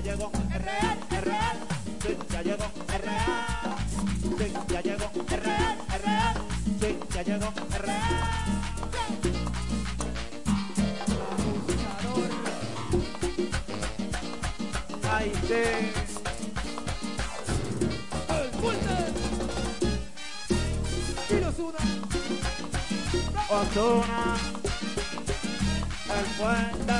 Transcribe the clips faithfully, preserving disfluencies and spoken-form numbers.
llegó, es real, es real. Sí, ya llegó, es real. Sí, ya llegó, es real, es real. Sí, ya llegó, es real. Abusador. Ay, sí. El fuerte. Y Ozuna. Ozuna. El fuerte.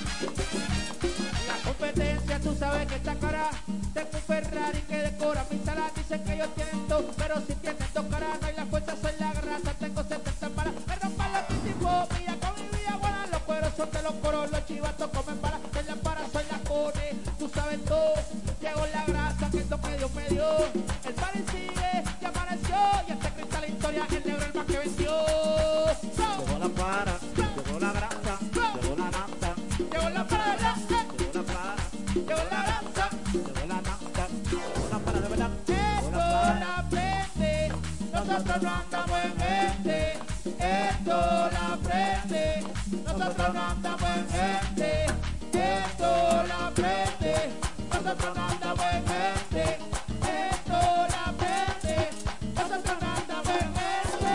La competencia, tú sabes que está cara. Tengo un Ferrari que decora mi sala. Dicen que ellos tienen dos, pero si tienen dos caras. No hay la fuerza, soy la grasa. Tengo setenta para me rompan los principios. Mira con mi vida buena. Los cueros son de los coros. Los chivatos comen para. Soy la para, soy la cone. Tú sabes todo. Llegó la grasa que esto me dio, me dio. El party sigue, ya amaneció. Y este cristal la historia, el negro el más que venció. Llegó la para, llegó la grasa, llegó la nata. Llegó la para, llegó la para, llegó la grasa, llegó la nata. Llegó la para de verdad. Esto la prende, nosotros no andamos en gente. Esto la prende, nosotros no andamos en gente. Esto la prende, nosotros no andamos en gente. Esto la prende, nosotros no andamos en gente.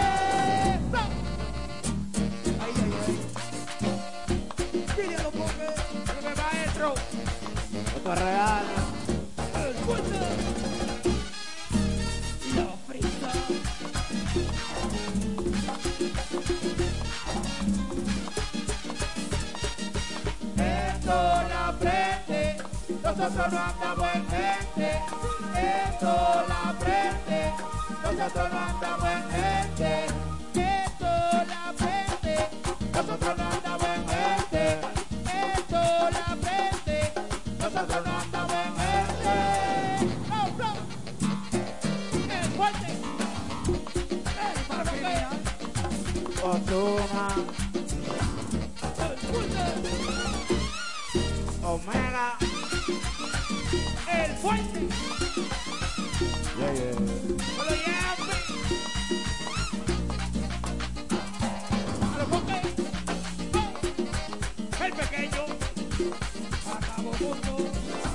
Ay, ay, ay. Dígalo porque el maestro. Esto es real. El fuerte. La frita. Esto la prende, nosotros no andamos en gente. Esto la prende, nosotros no andamos en gente. Esto la prende, nosotros no andamos en gente. Esto la prende, nosotros no andamos en gente. ¡Oh, bro! ¡El fuerte! ¡El parroquia! Ozuna. ¡El fuerte! Omega, el fuerte. Yeah, yeah. ¡Lo llame! ¡A lo foque! ¡Oh! ¡El pequeño! ¡Acabó mundo!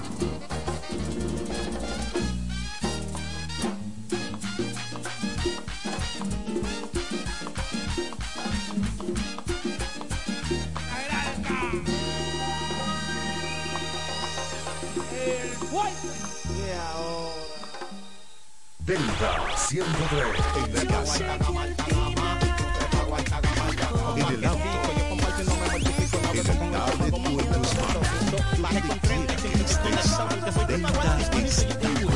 Y ahora Delta ciento tres en la casa. En el auto, en el tablet o en tus manos. Delta está contigo.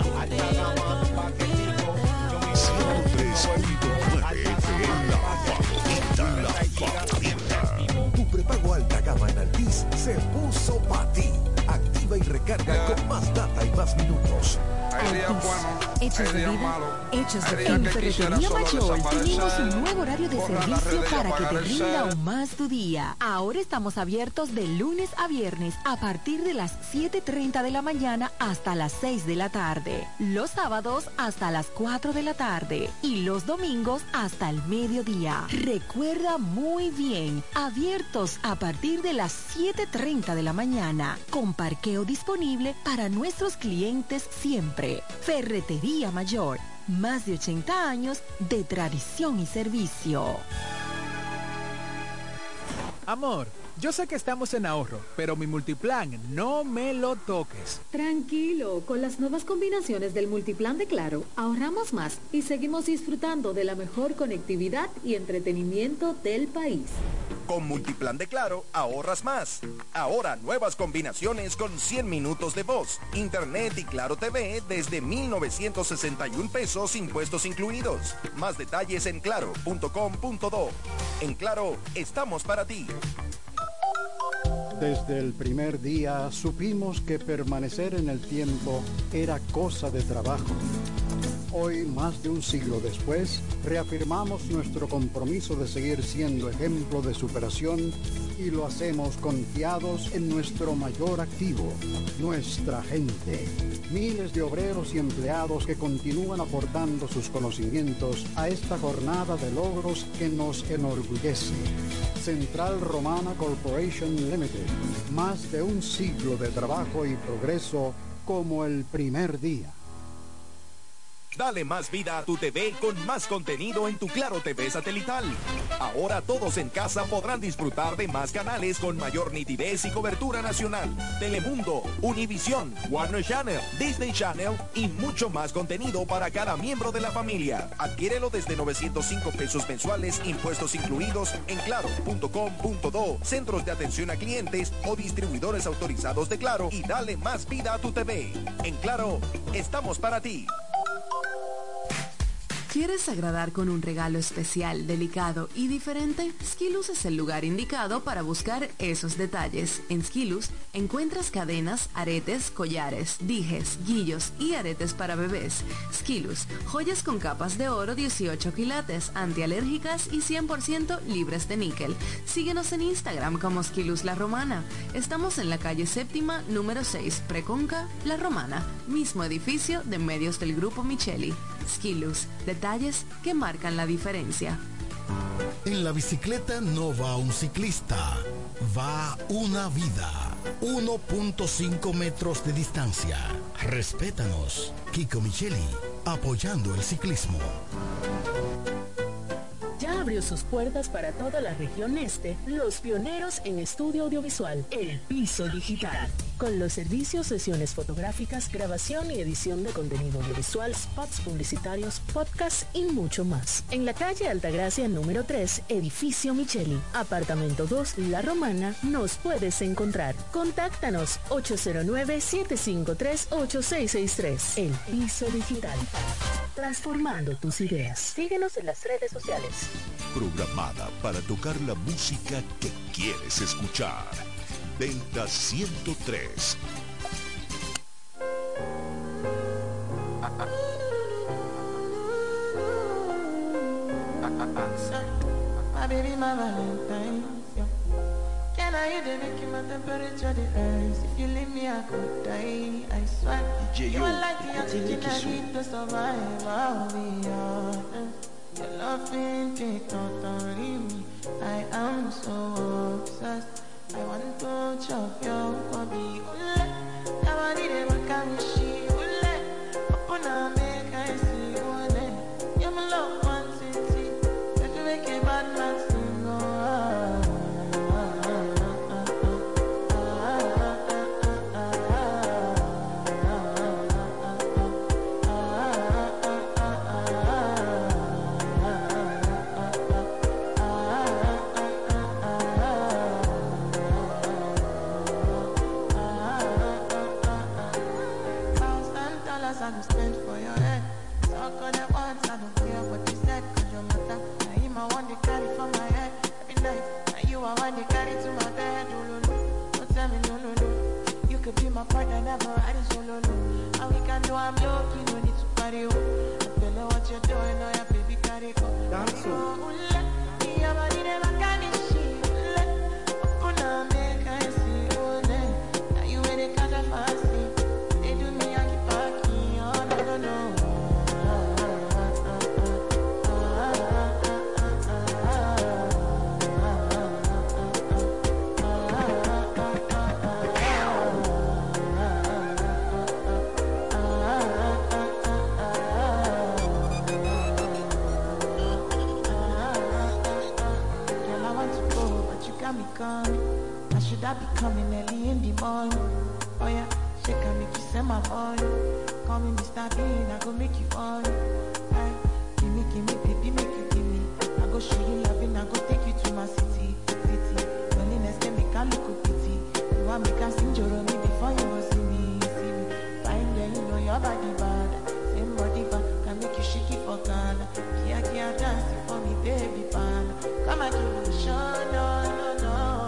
ciento tres punto nueve F M, la favorita, la favorita. Tu prepago alta gama en Altis se puso para ti. Activa y recarga con más data y más minutos. Hay días buenos, hechos hay de días vida, malos. hechos de Hay días en que quisiera Ferretería solo Mayor tenemos un desaparecer, nuevo horario de borrar las servicio redes y para que te apagar el rinda cel. aún más tu día. Ahora estamos abiertos de lunes a viernes a partir de las siete treinta de la mañana hasta las seis de la tarde. Los sábados hasta las cuatro de la tarde y los domingos hasta el mediodía. Recuerda muy bien, abiertos a partir de las siete treinta de la mañana, con parqueo disponible para nuestros clientes siempre. Ferretería Mayor, más de ochenta años de tradición y servicio. Amor, yo sé que estamos en ahorro, pero mi multiplan no me lo toques. Tranquilo, con las nuevas combinaciones del multiplan de Claro, ahorramos más y seguimos disfrutando de la mejor conectividad y entretenimiento del país. Con Multiplan de Claro, ahorras más. Ahora nuevas combinaciones con cien minutos de voz, internet y Claro T V desde mil novecientos sesenta y un pesos, impuestos incluidos. Más detalles en claro punto com punto do. En Claro, estamos para ti. Desde el primer día supimos que permanecer en el tiempo era cosa de trabajo. Hoy, más de un siglo después, reafirmamos nuestro compromiso de seguir siendo ejemplo de superación y lo hacemos confiados en nuestro mayor activo, nuestra gente. Miles de obreros y empleados que continúan aportando sus conocimientos a esta jornada de logros que nos enorgullece. Central Romana Corporation Limited. Más de un siglo de trabajo y progreso como el primer día. Dale más vida a tu T V con más contenido en tu Claro T V satelital. Ahora todos en casa podrán disfrutar de más canales con mayor nitidez y cobertura nacional. Telemundo, Univisión, Warner Channel, Disney Channel y mucho más contenido para cada miembro de la familia. Adquiérelo desde novecientos cinco pesos mensuales, impuestos incluidos, en claro punto com punto do, centros de atención a clientes o distribuidores autorizados de Claro, y dale más vida a tu T V. En Claro, estamos para ti. ¿Quieres agradar con un regalo especial, delicado y diferente? Skilus es el lugar indicado para buscar esos detalles. En Skilus encuentras cadenas, aretes, collares, dijes, guillos y aretes para bebés. Skilus, joyas con capas de oro dieciocho quilates, antialérgicas y cien por ciento libres de níquel. Síguenos en Instagram como Skilus La Romana. Estamos en la calle séptima, número seis, Preconca, La Romana, mismo edificio de medios del Grupo Micheli. Skilus, detalles que marcan la diferencia. En la bicicleta no va un ciclista, va una vida. uno punto cinco metros de distancia. Respétanos. Kiko Micheli, apoyando el ciclismo. Ya abrió sus puertas para toda la región este, los pioneros en estudio audiovisual, El Piso Digital. Con los servicios, sesiones fotográficas, grabación y edición de contenido audiovisual, spots publicitarios, podcasts y mucho más. En la calle Altagracia número tres, Edificio Micheli, apartamento dos, La Romana, nos puedes encontrar. Contáctanos ocho cero nueve, siete cinco tres, ocho seis seis tres. El Piso Digital. Transformando tus ideas. Síguenos en las redes sociales. Programada para tocar la música que quieres escuchar. Delta ciento tres. My baby, my Valentine. Can I hear the making my temperature the rise? If you leave me, I could die. I swear. You are like the oxygen I need to survive. I'll be honest. Your love ain't take totally me. I am so obsessed. I want to chop your body. Ule, now I need a wakamishi. Ule, open up, make I see. Ule, you're my love one city. Let you make a bad man sing. Oh, ah, ah, ah, I go spend for your head. Talk on the ones, I don't care what you said. Cause your matter, now him I want to carry for my head. Every night, now you I want to carry to my bed. Oh, no, no, don't tell me no, no, no. You could be my partner, never ride it solo, no. And we can do, I'm low, you don't need to party, oh. I feel like what you're doing, oh yeah, baby, carry go. Dance, oh. I should I be coming early in the morning? Oh yeah, shake and make you send my boy. Call me Mister Bean, I go make you on. Hey, give me, give me, baby, make you give me. I go show you loving, I go take you to my city, city. Loneliness can make a look of pity. You want me can sing your me before you go see me, see me. Fine then you know your body bad. Same body bad, can make you shake it for Ghana. Kia kia dancing for me, baby pan. Come and give me a show, no, no, no.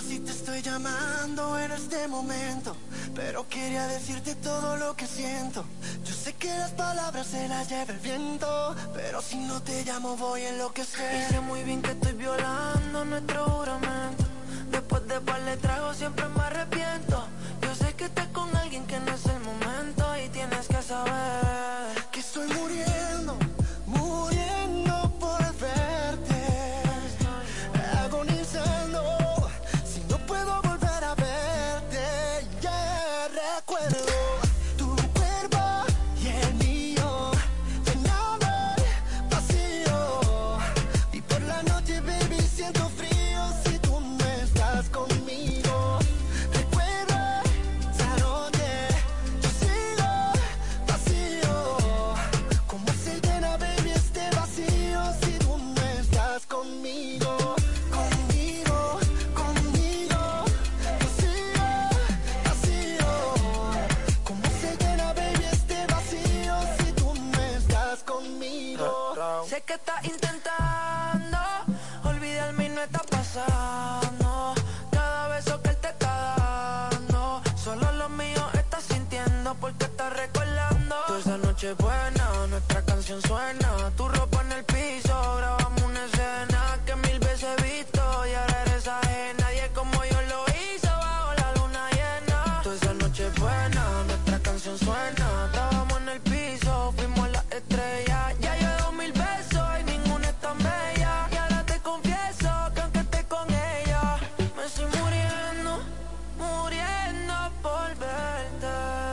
si te estoy llamando en este momento, pero quería decirte todo lo que siento. Yo sé que las palabras se las lleva el viento, pero si no te llamo voy a enloquecer. Y sé muy bien que estoy violando nuestro juramento. Después de par de tragos siempre me arrepiento. Yo sé que estás con alguien que no es el momento, y tienes que saber que estoy muriendo, muriendo por verte, agonizando si no puedo volver a verte. Ya yeah, recuerdo tu cuerpo y el mío, llenaba el vacío, y por la noche baby siento frío si tú no estás conmigo. Recuerda esa noche, yo sigo vacío, como se llena baby este vacío si tú no estás conmigo. Conmigo, conmigo, yo sigo vacío, como se llena baby este vacío si tú no estás conmigo. Sé que estás intentando olvidarme y no está pasando. Cada beso que él te está dando, solo lo mío estás sintiendo porque estás recordando. Toda esa noche buena, nuestra canción suena. Tu ropa en el piso, grabamos una escena que mil veces he visto y ahora eres ajena. Nadie como yo lo hizo bajo la luna llena. Toda esa noche buena, nuestra canción suena. Estábamos en el piso, fuimos las estrellas. Ya yo he dado mil besos y ninguna es tan bella. Y ahora te confieso que aunque esté con ella, me estoy muriendo, muriendo por verte,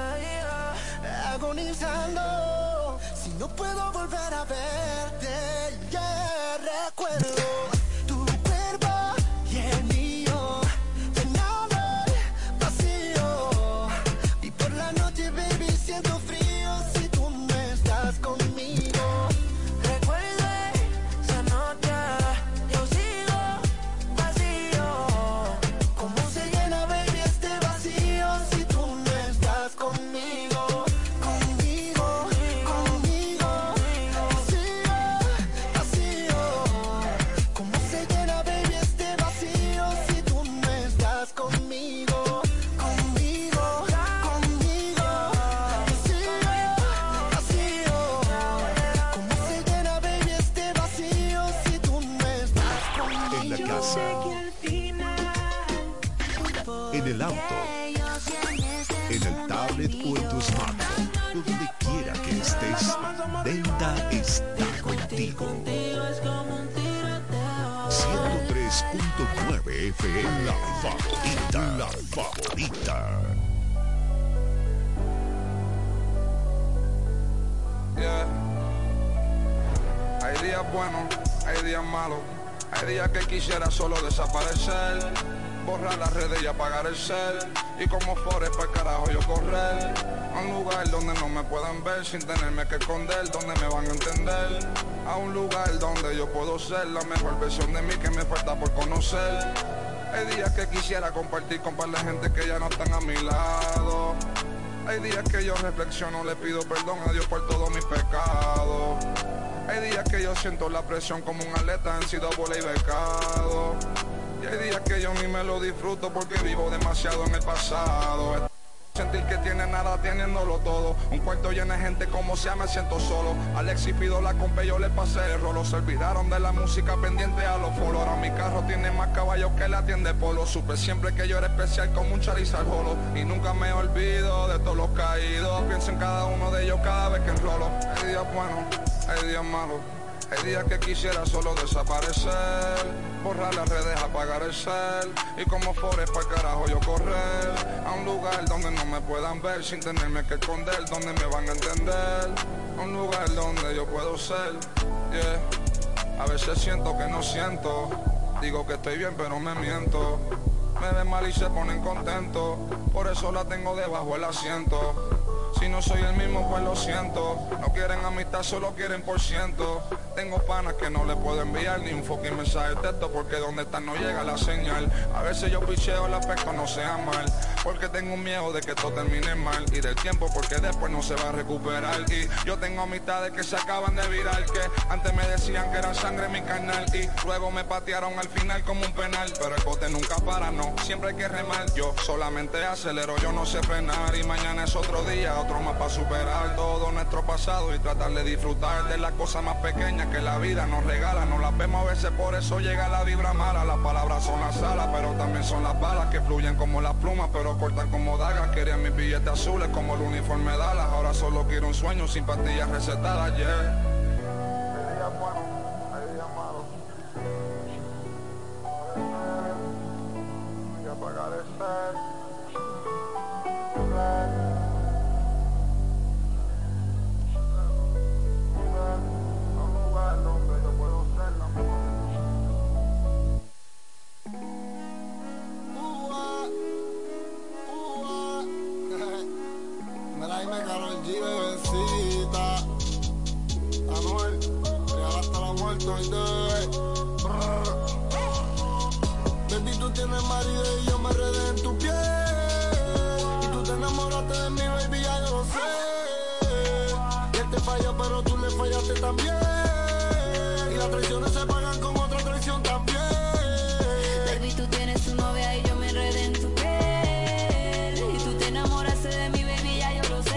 yeah. Agonizando si no puedo volver a verte. Ya yeah, recuerdo tu cuerpo y el mío, llenaba el vacío, y por la noche baby siento frío si tú no estás conmigo. Recuerda esa noche, yo sigo vacío, como se llena baby este vacío si tú no estás conmigo. Conmigo, conmigo, yo sigo vacío, como se llena baby este vacío si tú no estás conmigo. Conmigo, conmigo, yo sigo vacío, como se llena baby este vacío si tú no estás conmigo. En la casa, en el auto, en el tablet o en tu smartphone, donde quiera que estés, Delta está contigo. ciento tres punto nueve F M, la favorita, la favorita. Yeah. Hay días buenos, hay días malos, hay días que quisiera solo desaparecer, borrar las redes y apagar el cel, y como Forrest para carajo yo correr a un lugar donde no me puedan ver sin tenerme que esconder, donde me van a entender, a un lugar donde yo puedo ser la mejor versión de mí que me falta por conocer. Hay días que quisiera compartir con par de gente que ya no están a mi lado. Hay días que yo reflexiono, le pido perdón a Dios por todos mis pecados. Hay días que yo siento la presión como un atleta en sido y becado. Y hay días que yo ni me lo disfruto porque vivo demasiado en el pasado. Sentir que tiene nada teniéndolo todo. Un cuarto lleno de gente como sea me siento solo. Alex y pido la compa yo le pasé el rolo. Se olvidaron de la música pendiente a los folos. Ahora mi carro tiene más caballos que la tienda Polo. Supe siempre que yo era especial como un Charizard Holo. Y nunca me olvido de todos los caídos. Pienso en cada uno de ellos cada vez que enrolo. Hay días buenos, hay días malos. Hay días que quisiera solo desaparecer, borrar las redes, apagar el cel, y como Forrest para carajo yo correr a un lugar donde no me puedan ver sin tenerme que esconder, donde me van a entender, a un lugar donde yo puedo ser, yeah. A veces siento que no siento, digo que estoy bien pero me miento, me ven mal y se ponen contentos, por eso la tengo debajo del asiento. Si no soy el mismo, pues lo siento. No quieren amistad, solo quieren por ciento. Tengo panas que no le puedo enviar ni un fucking mensaje de texto porque donde están no llega la señal. A veces yo picheo, el aspecto no sea mal. porque tengo miedo de que esto termine mal, y del tiempo porque después no se va a recuperar. Y yo tengo amistades que se acaban de virar, que antes me decían que era sangre mi carnal, y luego me patearon al final como un penal. Pero el bote nunca para, no, siempre hay que remar. Yo solamente acelero, yo no sé frenar, y mañana es otro día, otro más para superar todo nuestro pasado y tratar de disfrutar de las cosas más pequeñas que la vida nos regala. Nos las vemos a veces, por eso llega la vibra mala. Las palabras son las alas, pero también son las balas, que fluyen como las plumas, pero cortan como dagas. Querían mis billetes azules como el uniforme de Dallas, ahora solo quiero un sueño sin pastillas recetadas, yeah. Hay días buenos, hay días malos. Hay que apagar el set. Un lugar donde yo puedo ser la mejor. Dime Karol G, bebecita Anuel, real hasta la muerte hoy te baby, tú tienes marido y yo me redé en tu piel, y tú te enamoraste de mí, baby, ya yo lo sé. Y él te falló, pero tú le fallaste también, y las traiciones se pagan con otra traición también. Baby, tú tienes tu novia y yo me redé en tu piel, y tú te enamoraste de mí, baby, ya yo lo sé.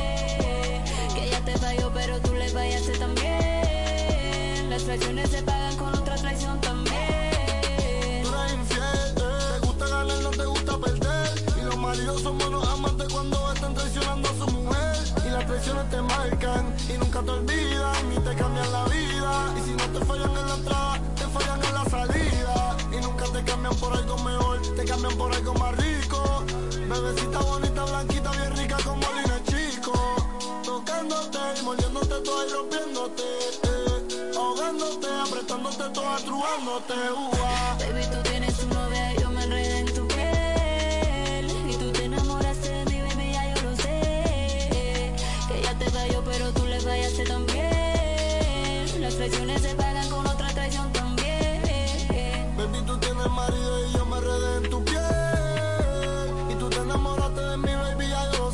Que ella te falló, pero tú le fallaste también. Las traiciones se pagan con otra traición también. Tú eres infiel, eh. Te gusta ganar, no te gusta perder, y los maridos son buenos amantes cuando están traicionando a su mujer. Y las traiciones te marcan y nunca te olvidan, ni te cambian la vida. Y si no te fallan en la entrada, te fallan en la salida. Y nunca te cambian por algo mejor, te cambian por algo más rico. Bebecita bonita, blanquita, bien rica como Lina Chico. Tocándote y mordiéndote toda y rompiéndote, eh. Ahogándote, apretándote toda, trubándote, uh-ah. Baby, tú tienes tu novia y yo me enredé en tu piel, y tú te enamoraste de mí, baby, ya yo lo sé. Que ella te falló, pero tú le fallaste también. Las traiciones se pagan con otra traición también. Baby, tú tienes marido y yo me enredé en tu piel, y tú te enamoraste de mí, baby, ya yo lo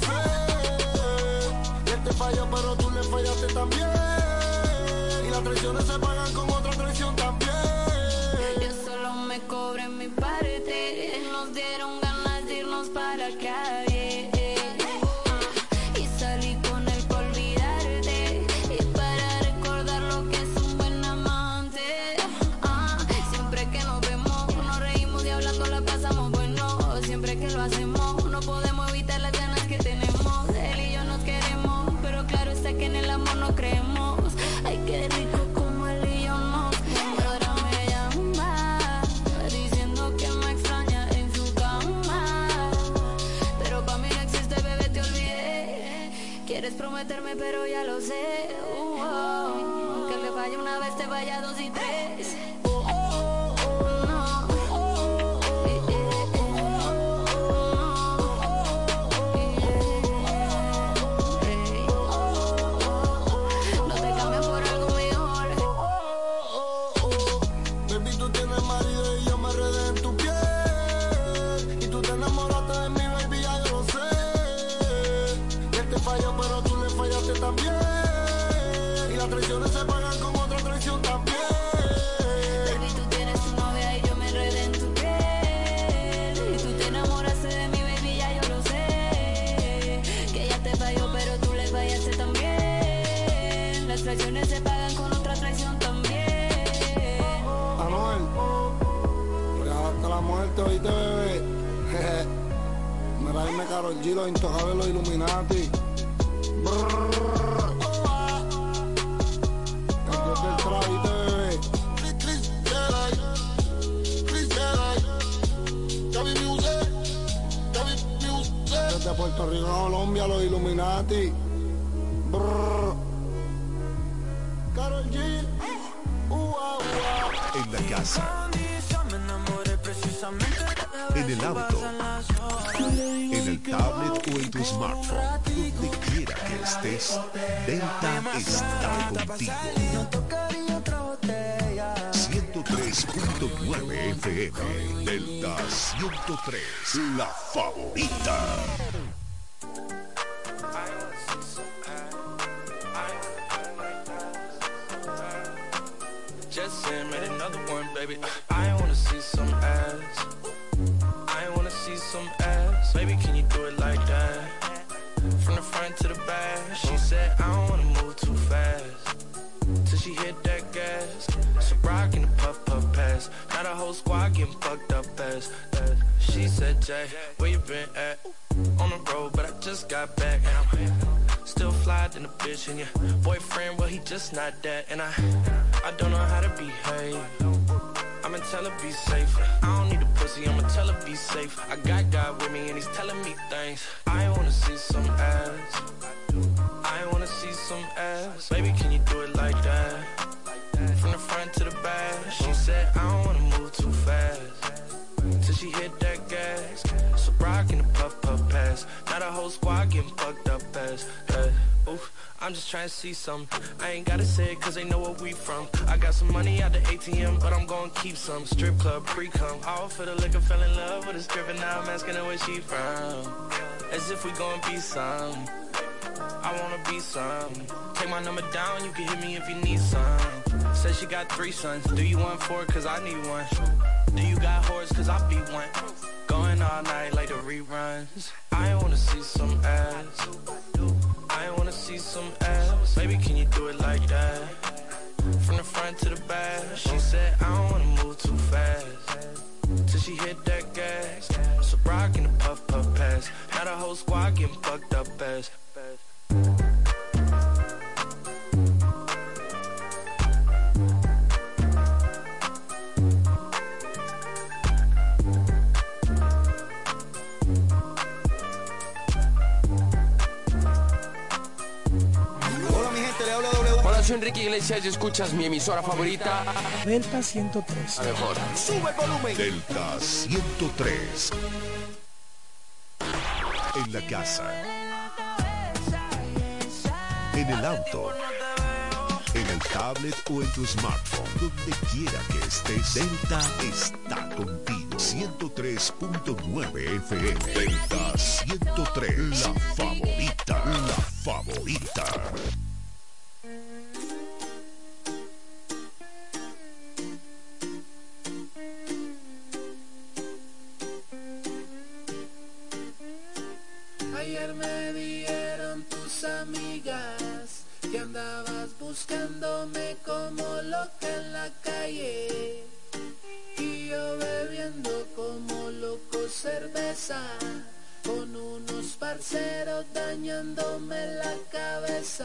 sé. Y él te falló, pero tú le fallaste también, y las traiciones se pagan con otra traición también. Yo solo me cobré mi parte, nos dieron ganas de irnos para la calle, y salí con él por olvidarte, y para recordar lo que es un buen amante. Ah, siempre que nos vemos, nos reímos y hablando la pasamos bueno. Siempre que lo hacemos, no podemos evitar las ganas que tenemos. Él y yo nos queremos, pero claro está que en el amor no creemos. Ay, qué rico como él y yo nos. Y ahora me llama diciendo que me extraña en su cama, pero pa' mí no existe, bebé, te olvidé. Quieres prometerme, pero ya lo sé. Uh, oh, que le falle una vez, te vaya dos y tres. También, y las traiciones se pagan con otra traición también. Baby, tú tienes tu novia y yo me enredé en tu piel, y tú te enamoraste de mí, baby, ya yo lo sé. Que ella te falló, pero tú le fallaste también. Las traiciones se pagan con otra traición también. Anuel, real hasta la muerte, oíste, bebé. Mira, dime Karol G, los intocables, los Illuminati. Brrr, oh, ah. El dios del trabite, bebé. Chris Jedi, Chris Jedi, Javi Music, Javi Music. Desde Puerto Rico a Colombia, los Illuminati. Brrr. Karol G, uh, uh, uh. En la casa, en el auto, en el tablet o en tu smartphone, donde quiera que estés, Delta está contigo. ciento ciento tres punto nueve F M. Delta ciento tres, la favorita. Just saying, made another one, baby. I wanna see some ass. I wanna see some ass. Baby, can you do it like that? From the front to the back. She said, I don't wanna move too fast. Till she hit that gas. So rock in the puff puff pass. Now the whole squad getting fucked up fast. She said, Jay, where you been at? On the road, but I just got back. And I'm still fly than a bitch. And your boyfriend, well, he just not that. And I, I don't know how to behave. I'ma tell her be safe. I don't need a pussy, I'ma tell her be safe. I got God with me and he's telling me things. I wanna see some ass. I wanna see some ass. Baby, can you do it like that? From the front to the back. She said, I don't wanna move too fast. Till she hit that gas. So rock in the puff puff pass. Now the whole squad getting fucked up fast. Hey, oof. I'm just trying to see some. I ain't gotta say it cause they know where we from. I got some money out the A T M, but I'm gonna keep some. Strip club, pre-cum, all for the liquor. Fell in love with a stripper, now I'm asking her where she from. As if we gonna be some. I wanna be some. Take my number down, you can hit me if you need some. Said she got three sons. Do you want four? Cause I need one. Do you got whores? Cause I be one. Going all night like the reruns. I wanna see some ass. I wanna see some ass. Baby, can you do it like that? From the front to the back. She said, I don't wanna move too fast. Till she hit that gas. So rock in the puff puff pass. Now the whole squad getting fucked up fast. Soy Enrique Iglesias y escuchas mi emisora favorita, Delta ciento tres. La mejor. Sube el volumen. Delta ciento tres. En la casa. En el auto. En el tablet o en tu smartphone. Donde quiera que estés, Delta está contigo. ciento tres punto nueve F M. Delta ciento tres. La favorita. La favorita. Ayer me dieron tus amigas que andabas buscándome como loca en la calle y yo bebiendo como loco cerveza con unos parceros dañándome la cabeza.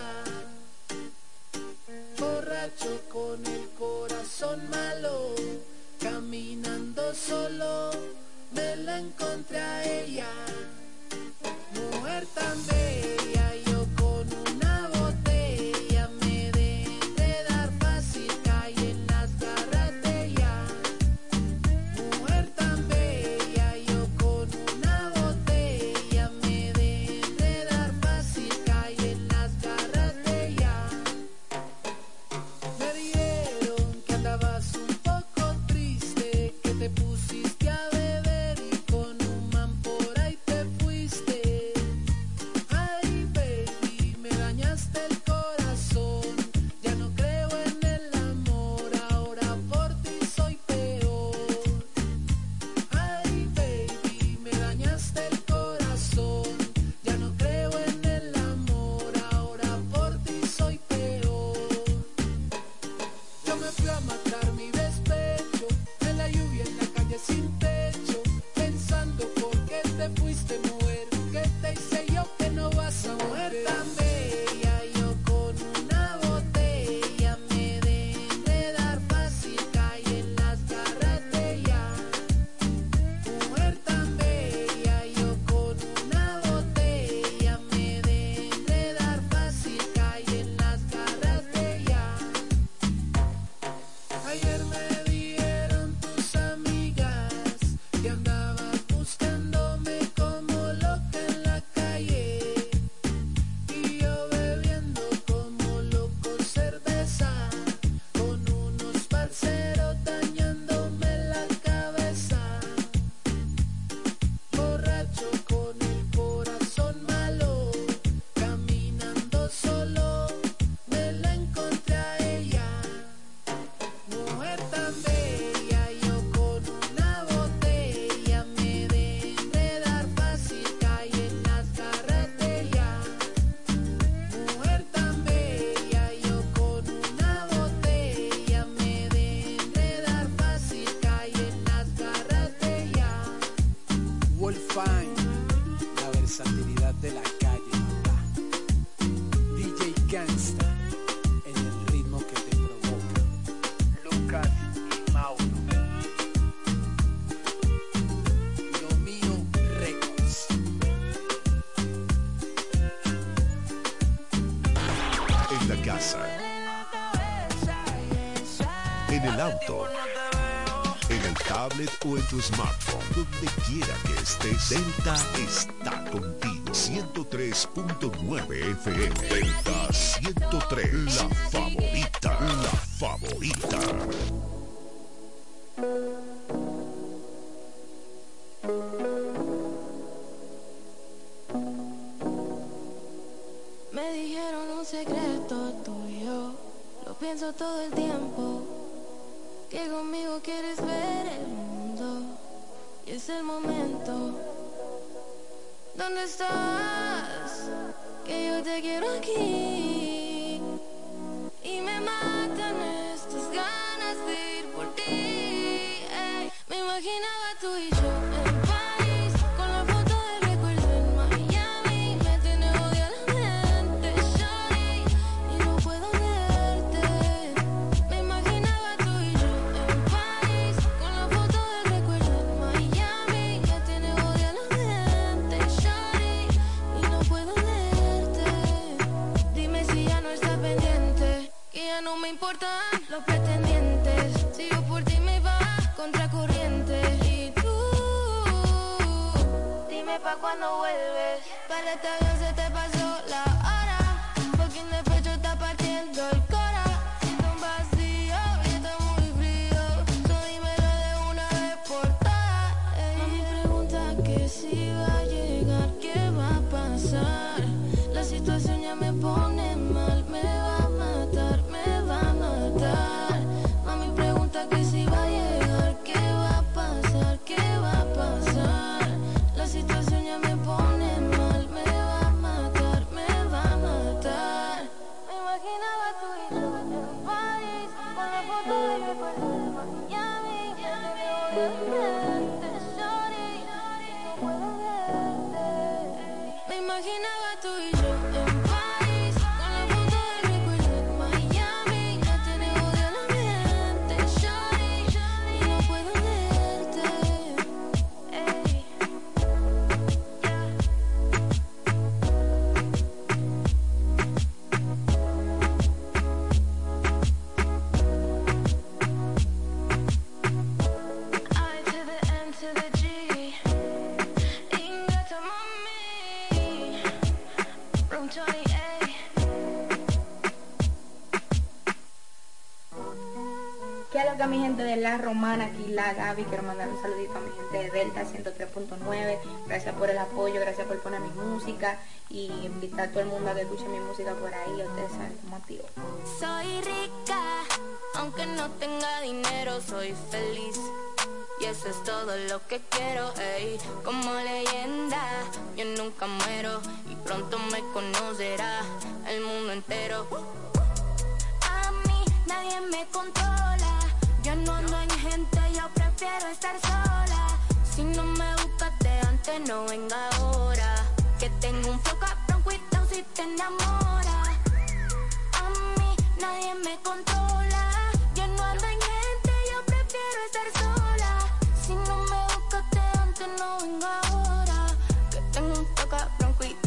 Borracho con el corazón malo, caminando solo, me la encontré a ella. Mujer tan bella, yo con una botella me dejé de dar fácil, caí en las garras de ella. Mujer tan bella, yo con una botella me dejé de dar fácil, caí en las garras de ella. Me dieron auto, en el tablet o en tu smartphone, donde quiera que estés, Delta está contigo. ciento tres punto nueve F M. Delta ciento tres, la favorita, la favorita. Me dijeron un secreto tuyo, lo pienso todo el tiempo, que conmigo quieres ver el mundo, y es el momento. ¿Dónde estás? Que yo te quiero aquí, y me matan estas ganas de ir por ti. Ey, me imaginaba tú y yo en París, con la foto del recuerdo en Miami. Me tiene odio la mente, shawty, y no puedo verte. Me imaginaba tú y yo en París, con la foto del recuerdo en Miami. Me tiene odio la mente, shawty, y no puedo verte. Dime si ya no estás pendiente, que ya no me importan los pretendientes. Si yo por ti me iba contracorriente, y tú, dime pa' cuando vuelves. Para esta vez se te pasó la hora, porque en el pecho está partiendo el cora. Siento un vacío y está muy frío, so dímelo de una vez por todas. Mami pregunta que si va a llegar, qué va a pasar. La situación ya me pone mal, me va a matar, me va a matar. Mami pregunta que si va a llegar, qué va a pasar, qué va a pasar. La situación ya me pone mal, me va a matar, me va a matar. Me imaginaba tú y yo en París, con la foto del recuerdo de Miami. Me tiene odio la mente, shawty, no puedo verte. Me imaginaba tú y yo en París, con la foto del recuerdo de Miami. Me tiene odio la mente, shawty, y no puedo verte. Ey, I to the N to the G, Ingata mommy, room twenty-eight. ¿Qué es lo que mi gente de La Romana? Aquí la Gaby, quiero mandar un saludito a mi gente de Delta ciento tres punto nueve. Gracias por el apoyo, gracias por poner mi música y invitar a todo el mundo a que escuche mi música por ahí. Ustedes saben cómo activo. Soy rica, aunque no tenga dinero, soy feliz. Y eso es todo lo que quiero, ey. Como leyenda, yo nunca muero, y pronto me conocerá el mundo entero. A mí nadie me controla, yo no ando en gente, yo prefiero estar sola. Si no me buscaste antes, no venga ahora, que tengo un flow cabrón, cuidado si te enamora. A mí nadie me controla, yo no ando en gente, yo prefiero estar sola. Si no me buscaste antes, no venga ahora, que tengo un flow cabrón, cuidado.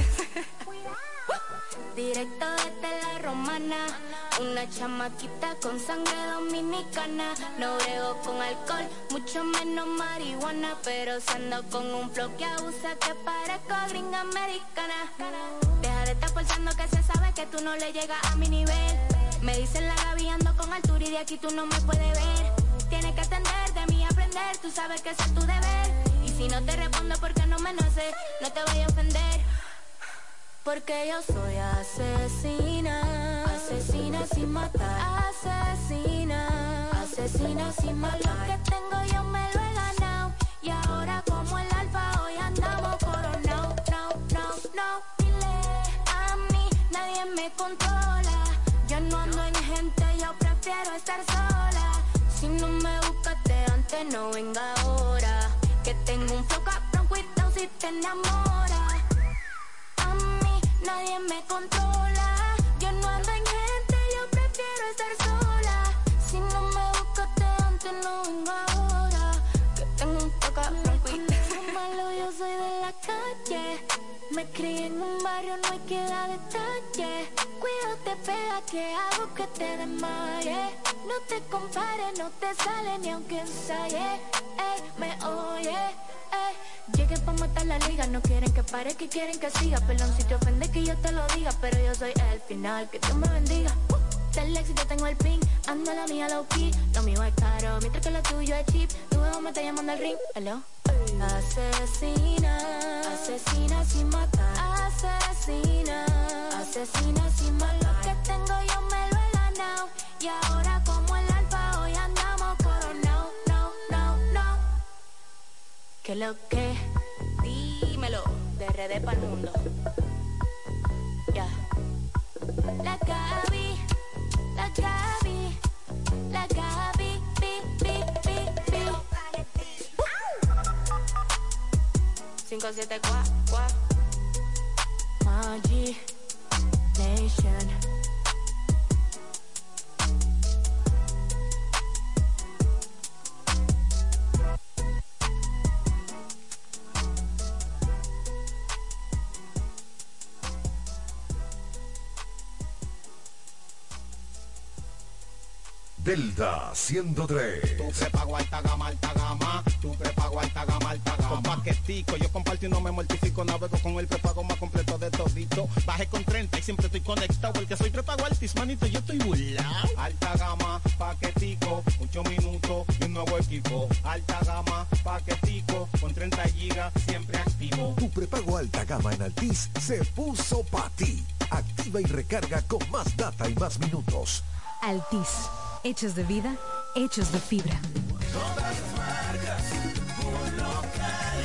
Directo desde La Romana, una chamaquita con sangre dominicana. No brego con alcohol, mucho menos marihuana, pero si ando con un flow que abusa, que parezco gringa americana. Deja de estar forzando, que se sabe que tú no le llegas a mi nivel. Me dicen la Gaby, ando con altura y de aquí tú no me puedes ver. Tienes que atender, de mí aprender, tú sabes que ese es tu deber. Y si no te respondo porque no me nace, no te voy a ofender, porque yo soy asesina, asesina sin matar, asesina, asesina sin matar. Lo que tengo yo me lo he ganado, y ahora como el alfa hoy andamos coronado. No, no, no, dile a mí, nadie me controla, yo no ando en gente, yo prefiero estar sola. Si no me buscaste antes, no venga ahora, que tengo un flow cabrón, cuidado si te enamora. A mí nadie me controla, yo no ando en gente, yo prefiero estar sola. Si no me buscaste antes, no venga ahora, que tengo un flow cabrón, cuidado. Malo, yo soy de la calle, me crié en un barrio, no hay que dar detalle. Cuídate te pega, que hago que te desmaye. No te compares, no te sale ni aunque ensaye. Ey, me oye, ey. Llegué pa' matar la liga, no quieren que pare, que quieren que siga. Perdón si te ofende que yo te lo diga, pero yo soy el final, que Dios me bendiga. uh, Del éxito tengo el pin, ando la mía low key. Lo mío es caro, mientras que lo tuyo es cheap. Tu ego me está llamando al ring, hello. Asesina, asesina sin matar. Asesina, asesina sin matar. Lo que tengo yo me lo he ganado. Y ahora como el alfa hoy andamos coronado. No, no, no. ¿Qué lo que? Dímelo. De R D pa'l mundo. Ya. Yeah. La Gaby, la Gaby, la Gaby, bi, bi, bi, bi. cinco siete cuatro, cuatro. Magi Nation. Delta ciento tres. Tu prepago alta gama, alta gama. Tu prepago alta gama, alta gama. Con paquetico, yo comparto y no me mortifico. Navego con el prepago más completo de todito. Bajé con treinta y siempre estoy conectado. Porque soy prepago altis, manito, yo estoy burlao. Alta gama, paquetico, ocho minutos y un nuevo equipo. Alta gama, paquetico, con treinta gigas, siempre activo. Tu prepago alta gama en Altis se puso pa' ti. Activa y recarga con más data y más minutos. Altis. Hechos de vida, hechos de fibra. Todas las marcas, un local.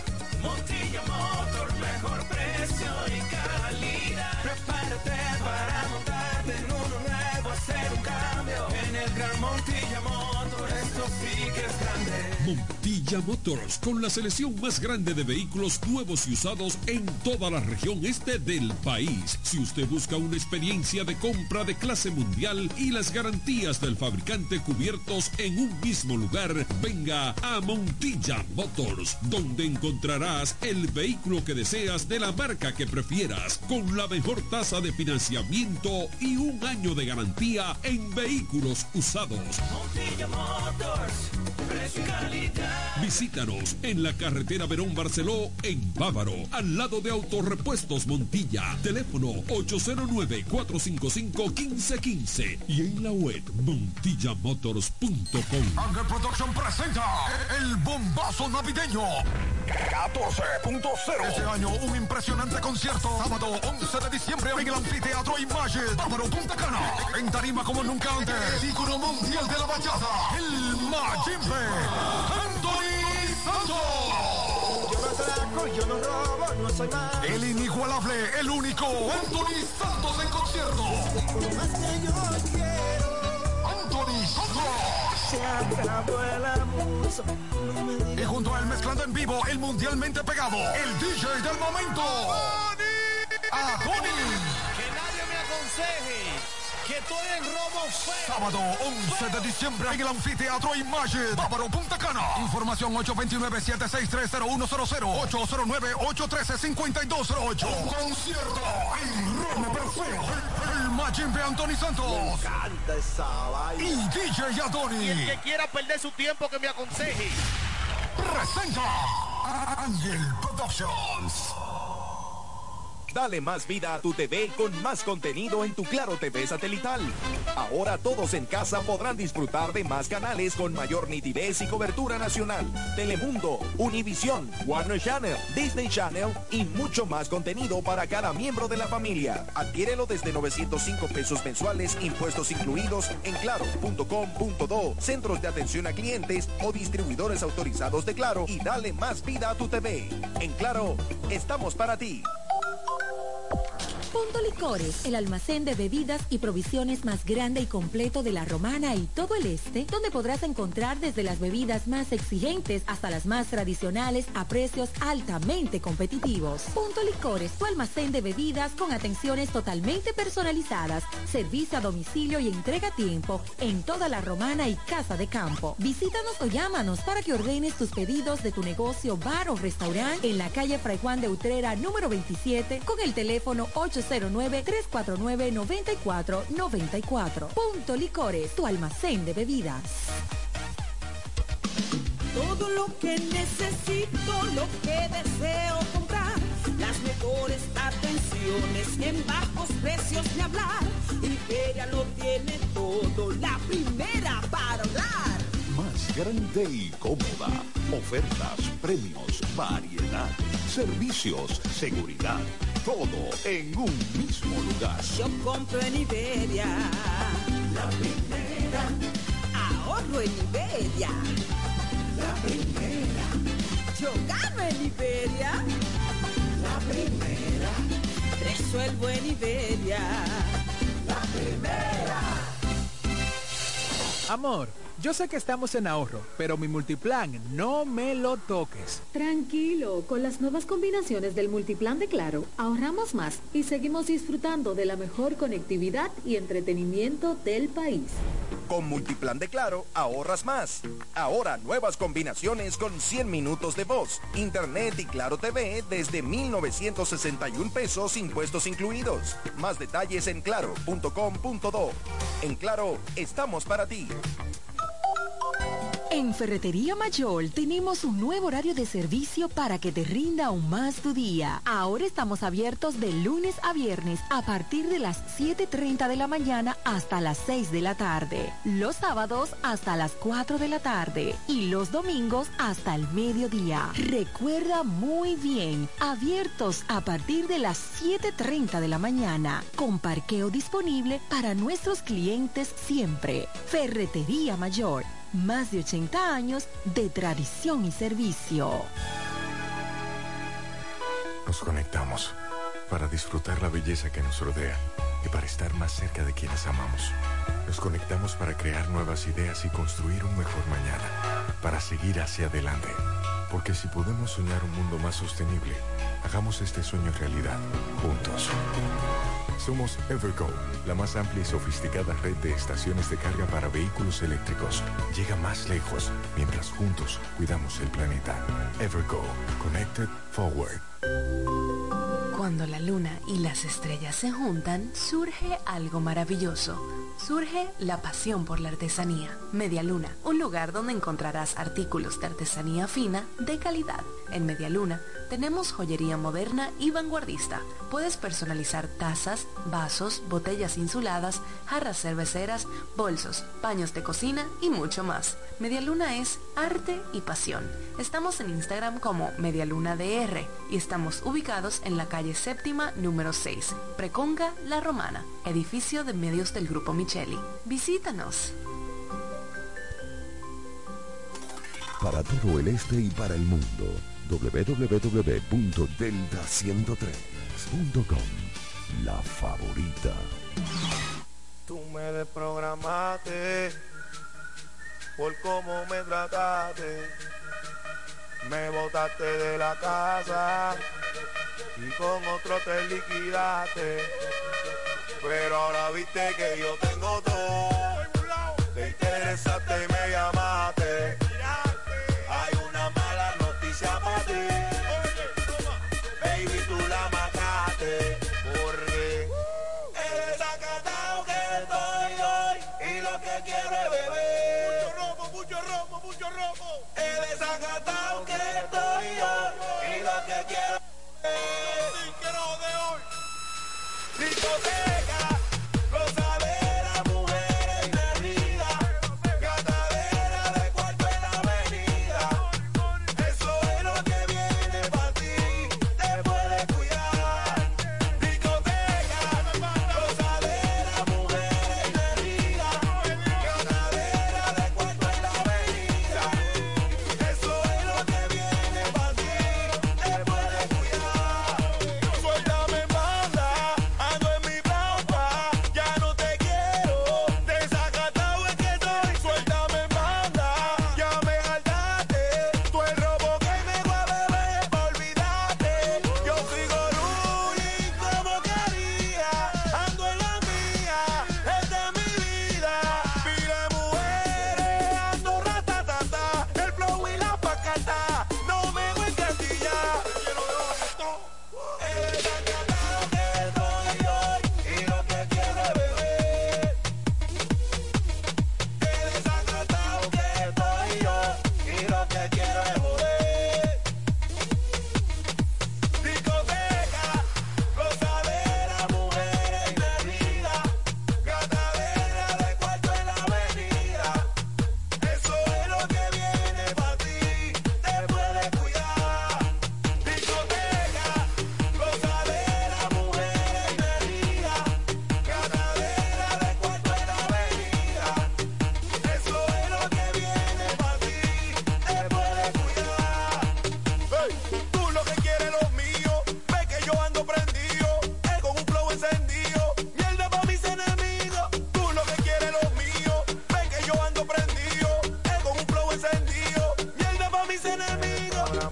Montilla Motor, mejor precio y calidad. Prepárate para montarte en uno nuevo, hacer un cambio. En el Gran Montilla Motor, esto sí que es grande. Montilla Motors, con la selección más grande de vehículos nuevos y usados en toda la región este del país. Si usted busca una experiencia de compra de clase mundial y las garantías del fabricante cubiertos en un mismo lugar, venga a Montilla Motors, donde encontrarás el vehículo que deseas de la marca que prefieras, con la mejor tasa de financiamiento y un año de garantía en vehículos usados. Montilla Motors, precio y calidad. Visítanos en la carretera Verón Barceló, en Bávaro, al lado de Autorepuestos Montilla. Teléfono ocho cero nueve, cuatro cinco cinco, uno cinco uno cinco y en la web montillamotors punto com. Ángel Production presenta el bombazo navideño catorce punto cero. Este año un impresionante concierto. Sábado once de diciembre en el Anfiteatro Imagen, Bávaro, Punta Cana. En tarima como nunca antes. Ícono mundial de la bachata, el Mayimbe, Anthony Santos. Yo no atraco, yo no robo, no soy más. El inigualable, el único Anthony Santos en concierto. Por más que yo quiero, Anthony Santos. se acabó el abuso. No me digas. Y junto a él mezclando en vivo el mundialmente pegado, el D J del momento, Agoni. Que nadie me aconseje que estoy en robo feo. Sábado once de diciembre en el Anfiteatro Imagen, Bávaro, Punta Cana. Información ocho dos nueve, siete seis tres, cero uno cero cero, ocho cero nueve, ocho uno tres, cinco dos cero ocho. Un concierto en Roma Perfecto. El, el Mayimbe Anthony Santos. Me encanta esa vaina. Y D J Adoni. Y el que quiera perder su tiempo que me aconseje. Presenta Ángel Productions. Dale más vida a tu T V con más contenido en tu Claro T V satelital. Ahora todos en casa podrán disfrutar de más canales con mayor nitidez y cobertura nacional. Telemundo, Univisión, Warner Channel, Disney Channel y mucho más contenido para cada miembro de la familia. Adquiérelo desde novecientos cinco pesos mensuales, impuestos incluidos, en claro punto com punto do, centros de atención a clientes o distribuidores autorizados de Claro, y dale más vida a tu T V. En Claro, estamos para ti. Punto Licores, el almacén de bebidas y provisiones más grande y completo de La Romana y todo el este, donde podrás encontrar desde las bebidas más exigentes hasta las más tradicionales a precios altamente competitivos. Punto Licores, tu almacén de bebidas con atenciones totalmente personalizadas, servicio a domicilio y entrega a tiempo en toda La Romana y Casa de Campo. Visítanos o llámanos para que ordenes tus pedidos de tu negocio, bar o restaurante en la calle Fray Juan de Utrera número veintisiete con el teléfono ocho ocho cero nueve, tres cuatro nueve, nueve cuatro nueve cuatro. Punto Licores, tu almacén de bebidas. Todo lo que necesito, lo que deseo comprar, las mejores atenciones en bajos precios ni hablar. Iberia lo tiene todo, la primera para hablar. Más grande y cómoda. Ofertas, premios, variedad, servicios, seguridad. Todo en un mismo lugar. Yo compro en Iberia. La primera. Ahorro en Iberia. La primera. Yo gano en Iberia. La primera. Resuelvo en Iberia. La primera. Amor, yo sé que estamos en ahorro, pero mi multiplan no me lo toques. Tranquilo, con las nuevas combinaciones del multiplan de Claro, ahorramos más y seguimos disfrutando de la mejor conectividad y entretenimiento del país. Con Multiplan de Claro, ahorras más. Ahora nuevas combinaciones con cien minutos de voz, internet y Claro T V desde mil novecientos sesenta y un pesos, impuestos incluidos. Más detalles en claro punto com punto do. En Claro, estamos para ti. En Ferretería Mayor tenemos un nuevo horario de servicio para que te rinda aún más tu día. Ahora estamos abiertos de lunes a viernes a partir de las siete y treinta de la mañana hasta las seis de la tarde. Los sábados hasta las cuatro de la tarde y los domingos hasta el mediodía. Recuerda muy bien, abiertos a partir de las siete y treinta de la mañana, con parqueo disponible para nuestros clientes siempre. Ferretería Mayor. Más de ochenta años de tradición y servicio. Nos conectamos para disfrutar la belleza que nos rodea y para estar más cerca de quienes amamos. Nos conectamos para crear nuevas ideas y construir un mejor mañana, para seguir hacia adelante. Porque si podemos soñar un mundo más sostenible, hagamos este sueño realidad, juntos. Somos Evergo, la más amplia y sofisticada red de estaciones de carga para vehículos eléctricos. Llega más lejos mientras juntos cuidamos el planeta. Evergo, Connected Forward. Cuando la luna y las estrellas se juntan, surge algo maravilloso. Surge la pasión por la artesanía. Media Luna, un lugar donde encontrarás artículos de artesanía fina de calidad. En Media Luna tenemos joyería moderna y vanguardista. Puedes personalizar tazas, vasos, botellas insuladas, jarras cerveceras, bolsos, paños de cocina y mucho más. Media Luna es arte y pasión. Estamos en Instagram como Medialuna D R y estamos ubicados en la calle séptima número seis, Preconga La Romana, edificio de medios del Grupo Micheli. Visítanos. Para todo el este y para el mundo, doble u doble u doble u punto delta ciento tres punto com. La favorita. Tú me desprogramaste por cómo me trataste. Me botaste de la casa y con otro te liquidaste. Pero ahora viste que yo tengo todo. Te interesaste y me llamaste. Hay una mala noticia para ti. Baby, tú la mataste. Porque el desacatado que estoy hoy y lo que quiero es beber. Mucho romo, mucho romo, mucho romo. El desacatado que estoy hoy y lo que quiero es beber. Sí, quiero de hoy. Discoteca, gozadera, mujeres de vida, gastadera.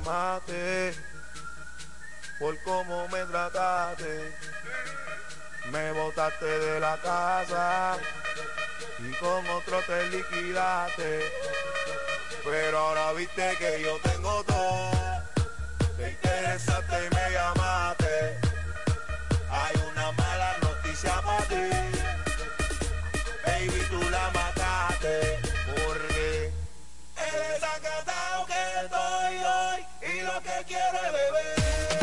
llamaste por cómo me trataste. Me botaste de la casa y con otro te liquidaste. Pero ahora viste que yo tengo todo. Te interesaste y me llamaste. Hay una mala noticia para ti. Baby, tú la mataste. Porque el desacatado que estoy hoy y lo que quiero es beber.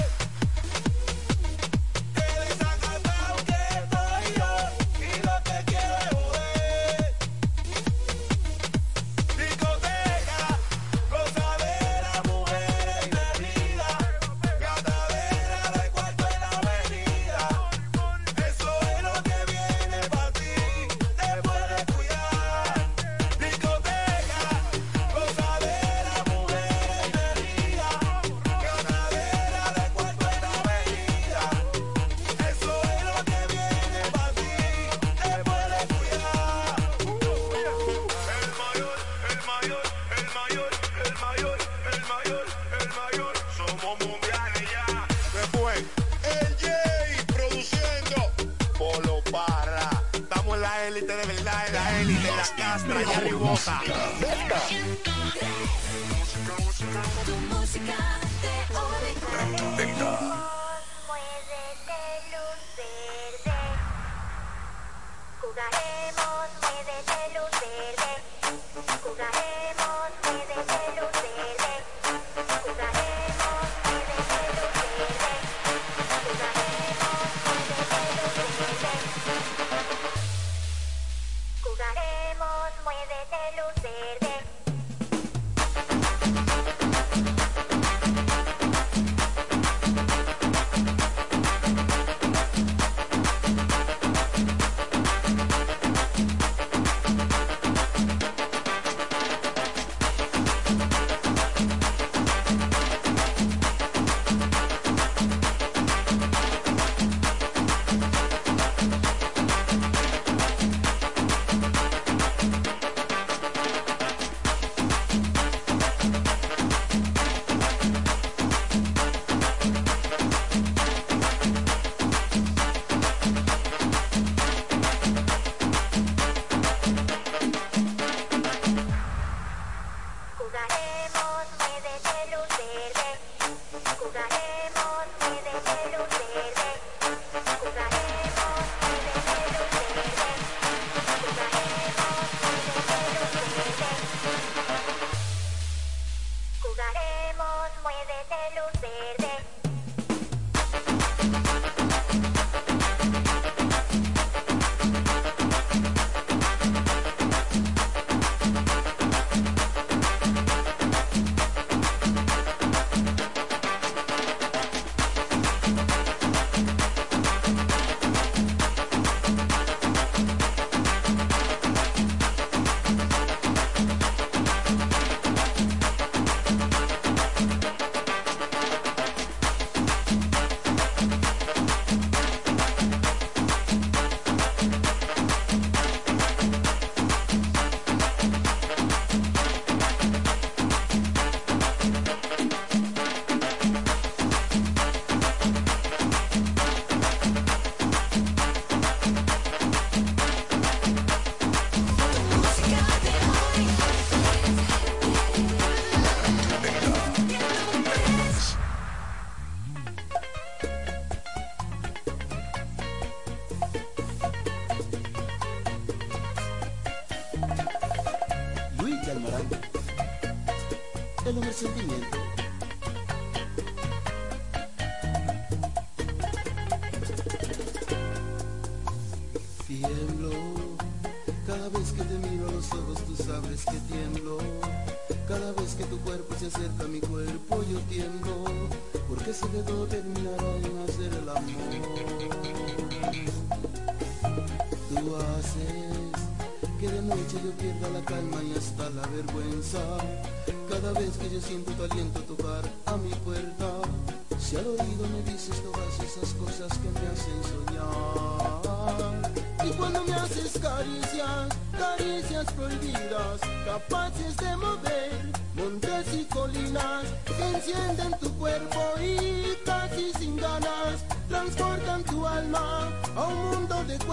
El hombre sentimiento. Tiemblo, cada vez que te miro a los ojos tú sabes que tiemblo. Cada vez que tu cuerpo se acerca a mi cuerpo yo tiemblo. Porque sé que todo terminará en hacer el amor. Tú haces que de noche yo pierda la calma y hasta la vergüenza. Cada vez que yo siento tu aliento tocar a mi puerta, si al oído me dices todas esas cosas que me hacen soñar. Y cuando me haces caricias, caricias prohibidas, capaces de mover montes y colinas, que enciende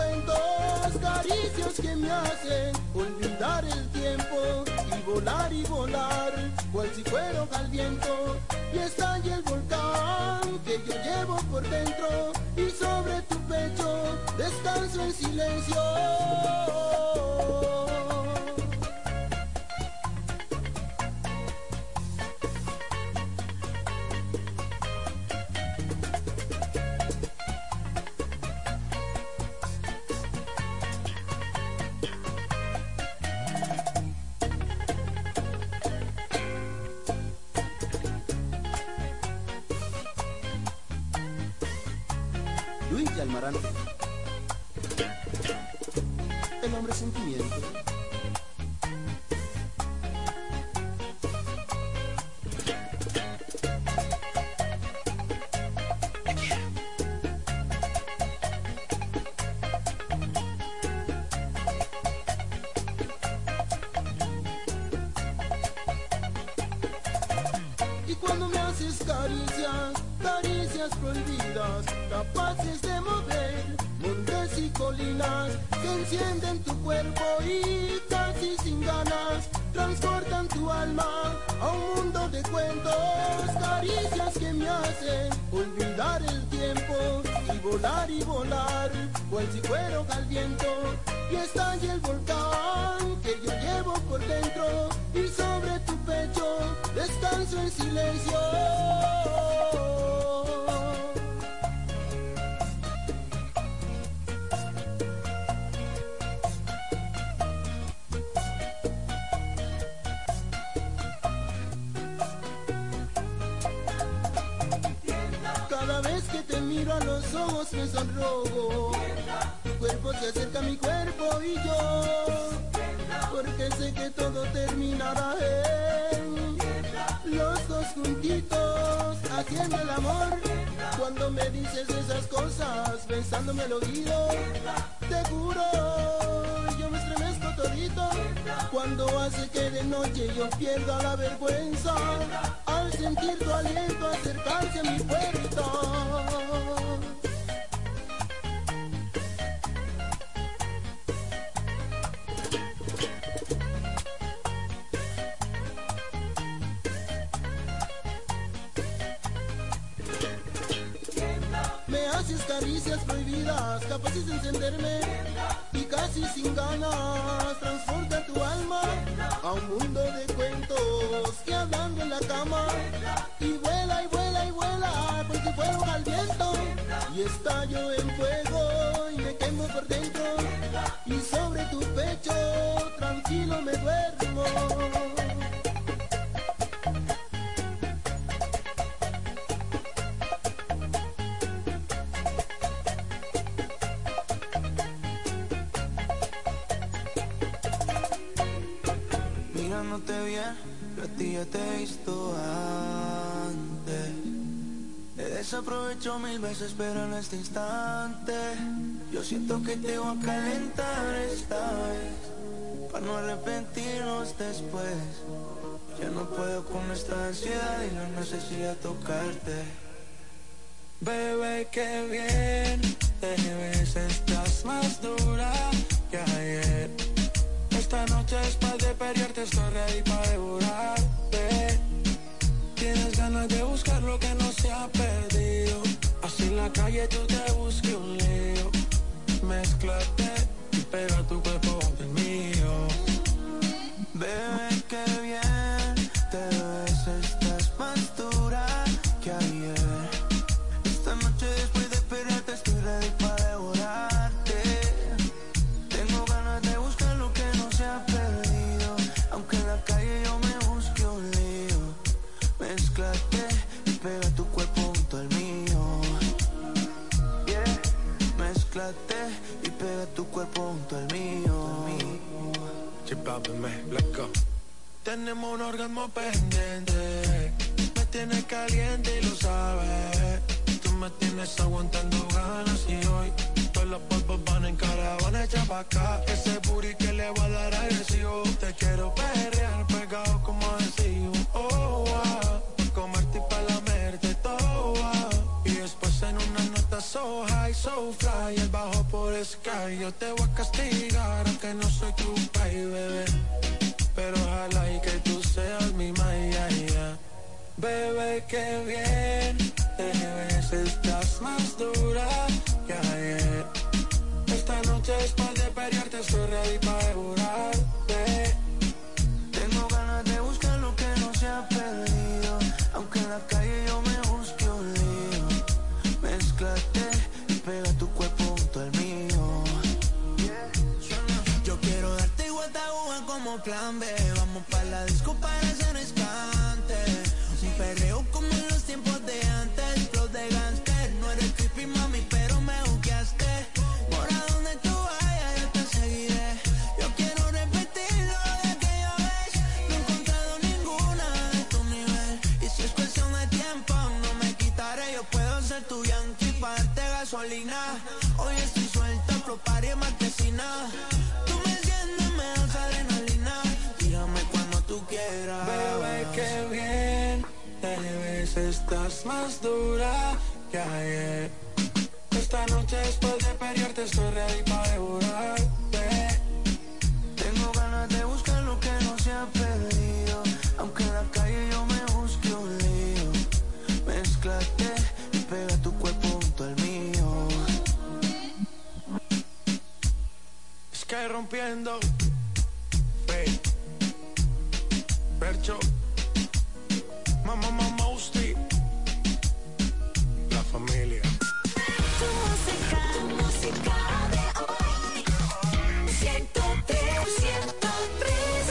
cuentos, caricias que me hacen olvidar el tiempo y volar y volar, cual si fuera al viento, y estalla el volcán que yo llevo por dentro, y sobre tu pecho descanso en silencio. Luis Almarán, el hombre sentimiento. Y cuando me haces caricias, caricias prohibidas, capaces de mover montes y colinas, que encienden tu cuerpo y casi sin ganas transportan tu alma a un mundo de cuentos, caricias que me hacen olvidar el tiempo y volar y volar, cual si fuera al viento, y estalla el volcán que yo llevo por dentro, y sobre tu pecho descanso en silencio. Cada vez que te miro a los ojos me sonrojo, tu cuerpo se acerca a mi cuerpo y yo, porque sé que todo terminará en los dos juntitos haciendo el amor. Cuando me dices esas cosas, pensándome al oído, te juro, yo me estremezco todito. Cuando hace que de noche yo pierda la vergüenza, al sentir tu aliento acercarse a mi puerta. Me haces caricias prohibidas, capaces de encenderme, y casi sin ganas transporta tu alma a un mundo de cuentos que hablando en la cama, y vuela y vuela y vuela por si fuera al viento, y estallo en fuego y me quemo por dentro, y sobre tu pecho tranquilo me duermo. Mirándote bien, yo a ti ya te he visto antes. He desaprovechado mil veces, pero en este instante yo siento que te voy a calentar esta vez, para no arrepentirnos después. Ya no puedo con esta ansiedad y la necesidad de tocarte. Bebé, qué bien te ves, estás más dura que ayer. Esta noche es para de pelearte, estoy ready para devorarte. Tienes ganas de buscar lo que no se ha perdido, así en la calle tú te busques un lío. Mézclate y pega tu cuerpo del mío. Bebé, qué bien te ves, estás más dura que ayer. Esta noche después de pelearte estoy ready para devorarte. Tengo ganas de buscar lo que no se ha perdido, aunque en la calle yo me busque un lío. Mézclate y pega tu cuerpo junto al mío. Yeah. Mézclate y pega tu cuerpo junto al mío. Let's go. Tenemos un orgasmo pendiente, me tienes caliente y lo sabes. Tú me tienes aguantando ganas y hoy todos los polvos van en caravana, echa pa' acá. Ese booty que le voy a dar agresivo. Te quiero perrear pegado como adhesivo. Oh, wow. Pa' comerte y pa' lamerte todo, wow. Y después en una nota so high, so fly, el bajo por obedezca, yo te voy a castigar, aunque no soy tu pai, bebé. Pero ojalá y que tú seas mi maya, ya. Bebé, qué bien te ves, estás más dura que ayer. Esta noche después de pelearte estoy ready para devorarte. Tengo ganas de buscar lo que no se ha perdido, aunque en la calle yo me busque un lío. Mézclate y pega tu cuerpo junto al mío. Yo quiero darte igual taúa como plan B. Vamos pa' la disco para hacer escante. Un perreo como en los tiempos de antes. Flow de gangster, no eres creepy mami, pero me buqueaste. Por a donde tú vayas yo te seguiré. Yo quiero repetirlo de aquella vez. No he encontrado ninguna de tu nivel. Y si es cuestión de tiempo no me quitaré. Yo puedo ser tu yankee pa' darte gasolina. Hoy estoy suelta, flopar y marquesina. Tú me enciendes, me das adrenalina. Dígame cuando tú quieras. Bebé, qué bien te ves, estás más dura que ayer. Esta noche después de pelearte estoy ready para devorarte. Tengo ganas de buscar lo que no se ha perdido, aunque en la calle yo me busque un lío. Mézclate y pega tu cuerpo junto al mío. Es que rompiendo hey. Percho Mamá, mamá, usted la familia. Tu música, música de hoy. ciento tres, ciento tres.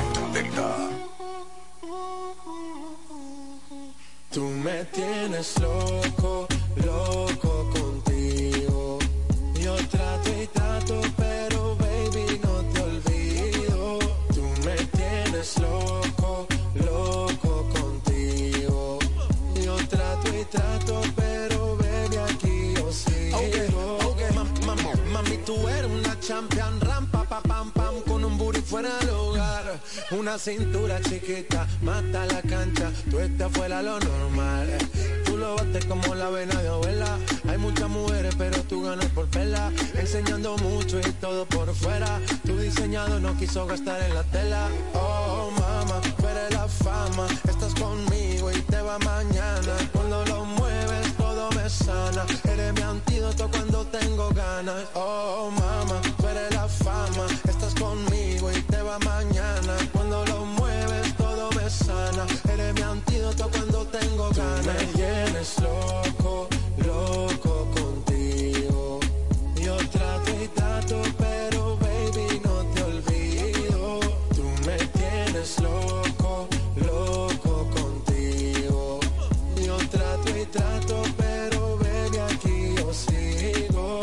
Tú me tienes loco, loco contigo. Yo trato y trato, pero baby no te olvido. Tú me tienes loco, loco contigo. Yo trato y trato, pero baby aquí yo sigo. Okay, okay. Ma, ma, ma, mami, tú eres una champion, rampa, pa, pam, pam, con un booty fuera del hogar. Una cintura chiquita, mata la cancha, tú estás fuera lo normal. Tú lo bates como la vena de abuela. Hay muchas mujeres, pero tú ganas por vela. Enseñando mucho y todo por fuera. Tu diseñado no quiso gastar en la tela. Oh, mama, tú eres la fama. Estás conmigo y te va mañana. Cuando lo mueves todo me sana. Eres mi antídoto cuando tengo ganas. Oh, mama, tú eres la fama. Estás conmigo y te va mañana. Cuando lo mueves todo me sana. Eres mi antídoto cuando tengo ganas. Tú me tienes loco, loco contigo. Yo trato y trato, pero baby no te olvido. Tú me tienes loco, loco contigo. Yo trato y trato, pero baby aquí yo sigo.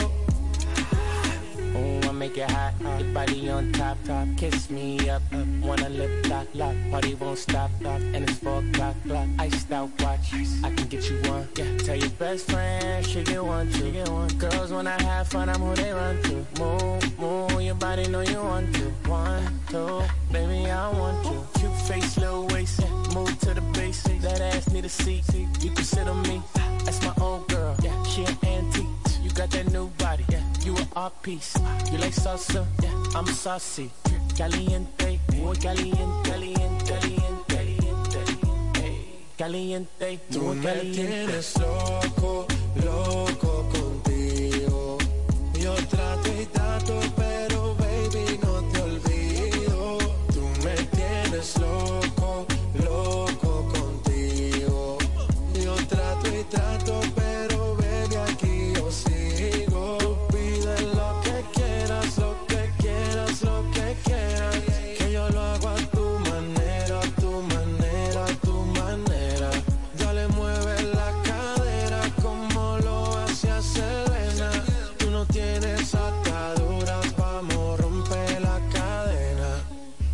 Oh, I make it hot, your body on top, top. Kiss me up, up. Wanna lip lock, lock. Party won't stop, stop. And it's four o'clock, clock. Iced out watch, I can get you one. Yeah, tell your best friend she get one too. Get one. Girls when I have fun, I'm who they run to. Move, move, your body know you want to. One, two, baby I want you. Cute face, little waist, yeah. Move to the base. That ass need a seat. You can sit on me. That's my old girl. Yeah, she an antique. You got that new body. Yeah, you an art piece. You like salsa? Yeah, I'm saucy. Caliente, muy caliente, caliente, caliente, caliente, caliente, tú me tienes loco, loco contigo. Yo trato y trato, pero baby no te olvido. Tú me tienes loco, loco contigo. Yo trato y trato, pero baby aquí yo sigo. Tú pides lo que quieras, lo que quieras, lo que quieras. Que yo lo hago a tu manera, a tu manera, a tu manera. Dale, mueve la cadera como lo hacía Selena. Tú no tienes ataduras, vamos, rompe la cadena.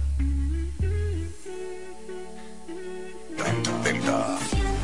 Delta.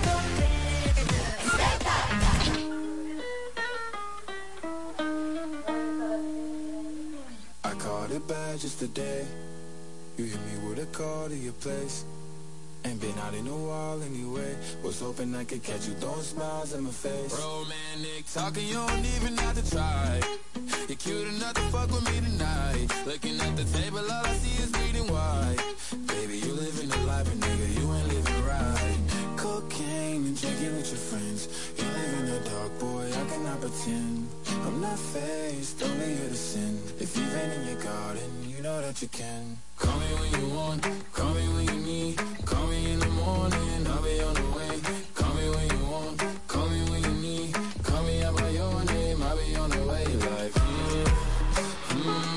I caught it bad just today. You hit me with a call to your place. Ain't been out in a while anyway. Was hoping I could catch you throwing smiles in my face. Romantic talking, you don't even have to try. You're cute enough to fuck with me tonight. Looking at the table, all I see is bleeding white. Baby, you living the life, but nigga, you ain't living right. Cocaine and drinking with your friends. You live in the dark, boy, I cannot pretend. I'm not faced, only here to sin. If you've been in your garden, you know that you can. Call me when you want, call me when you need. Call me in the morning, I'll be on the way. Call me when you want, call me when you need. Call me out by your name, I'll be on the way. Like, mm, mm.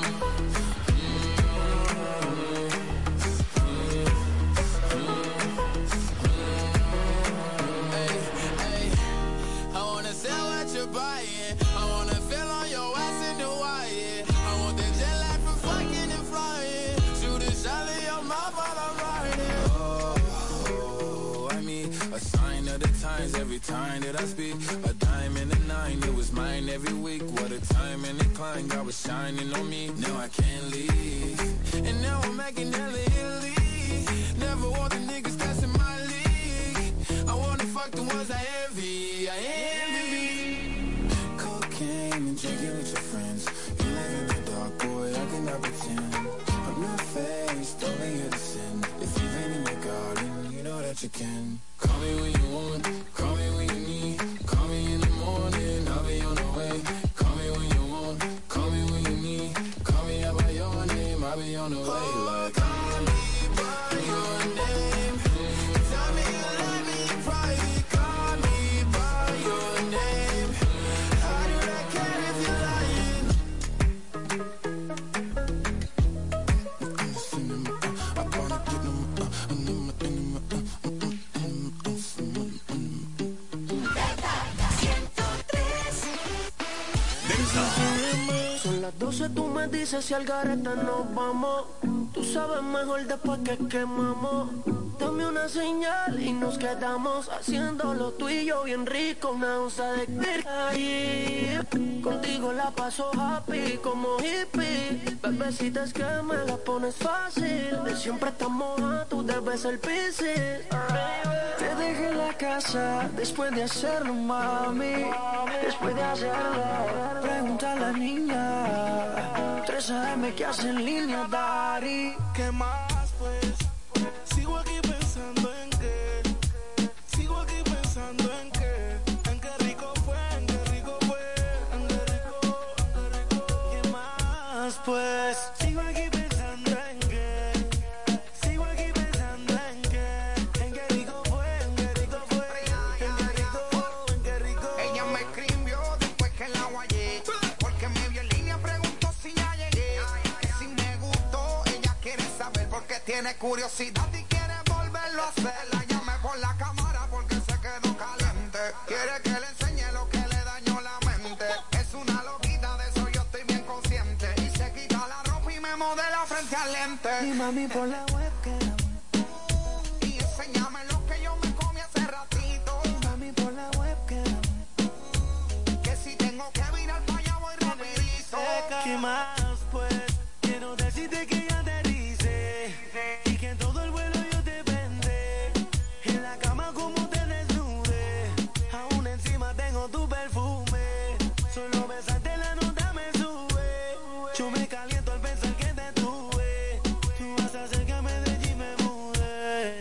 Buying. I wanna feel on your ass in Hawaii. I want the jet lag for fucking and flying. Shoot a shot in your mouth while I'm riding. Oh, oh, I mean, a sign of the times every time that I speak. A dime and a nine, it was mine every week. What a time and a climb, God was shining on me. Now I can't leave. And now I'm making hella Italy. Never want the niggas that's in my league. I wanna fuck the ones I envy. I envy. And drinking with your friends. You live in the dark, boy, I cannot pretend. I'm not faced, only here to sin. If you've been in your garden, you know that you can. Call me when you want, call me when you need. Call me in the morning, I'll be on the way. Call me when you want, call me when you need. Call me out by your name, I'll be on the way. Like, call me by your name. Tell me you love me in private. Call me by your name. Son las doce, tú me dices si al garete nos vamos. Tú sabes mejor después que quemamos. Dame una señal y nos quedamos haciéndolo tú y yo bien rico. Una onza de ahí. Contigo la paso happy como hippie. Bebecita, es que me la pones fácil. De siempre estamos a tú debes ser piscis. Te dejé en la casa después de hacerlo, mami. Después de hacerlo, pregunta a la niña. tres a eme que hace en línea, Dari. ¿Qué más pues? Sigo aquí pensando en qué. Sigo aquí pensando en qué. En qué rico fue, en qué rico fue. En qué rico, en qué rico. ¿Qué más pues? Sigo aquí pensando en qué. Sigo aquí pensando en qué. En qué rico fue, en qué rico fue. En qué rico, en qué rico. Ella me escribió después que la guayé. Porque me vio en línea, preguntó si ya llegué. Que si me gustó, ella quiere saber porque tiene curiosidad y quiere volverlo a hacer. La llamé por la cámara porque se quedó caliente. Quiere que le enseñe lo que le dañó la mente. Es una loquita, de eso yo estoy bien consciente. Y se quita la ropa y me modela frente al lente. Y mami por la webcam. Y enséñame lo que yo me comí hace ratito. Y mami por la webcam. Que si tengo que virar para allá voy rapidito. ¿Qué más pues? Quiero decirte que ya te dice. Y que en todo el vuelo yo te vendré. En la cama como te desnude. Aún encima tengo tu perfume. Solo besarte la nota me sube. Yo me caliento al pensar que te tuve. Tú vas a hacer que me de y me mude.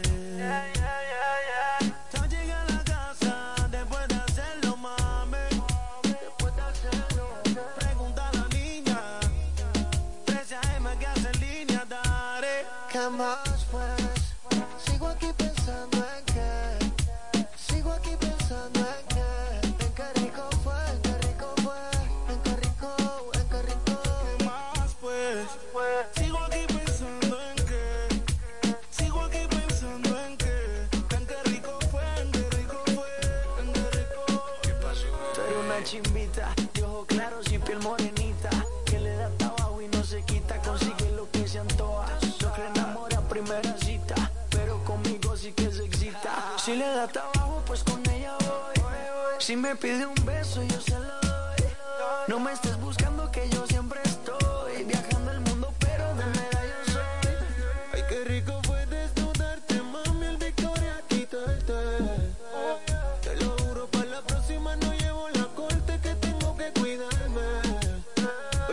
Ya llegué a la casa después de hacerlo, mami. Después de hacerlo. Pregunta a la niña. tres a eme que hace en línea, Dari. ¿Qué más pues? Sigo aquí pensando en qué. Sigo aquí pensando en qué. En qué rico fue, en qué rico fue. En qué rico, en qué rico. ¿Qué más pues? Sigo aquí pensando en qué. Sigo aquí pensando en qué. En qué rico fue, en qué rico fue. En qué rico. ¿Qué pasó? Soy una chimbita, de ojos claros y piel morenita, que le da trabajo y no se quita, consigue lo que se antoja. No que enamora a primera cita, pero conmigo sí que se excita. Si le da trabajo, pues con ella voy. Si me pide un beso, yo se lo doy. No me estés buscando que yo siempre estoy viajando el mundo, pero de mera yo soy. Ay, qué rico fue desnudarte, mami, el Victoria quitarte. Te lo juro, para la próxima no llevo la corte que tengo que cuidarme.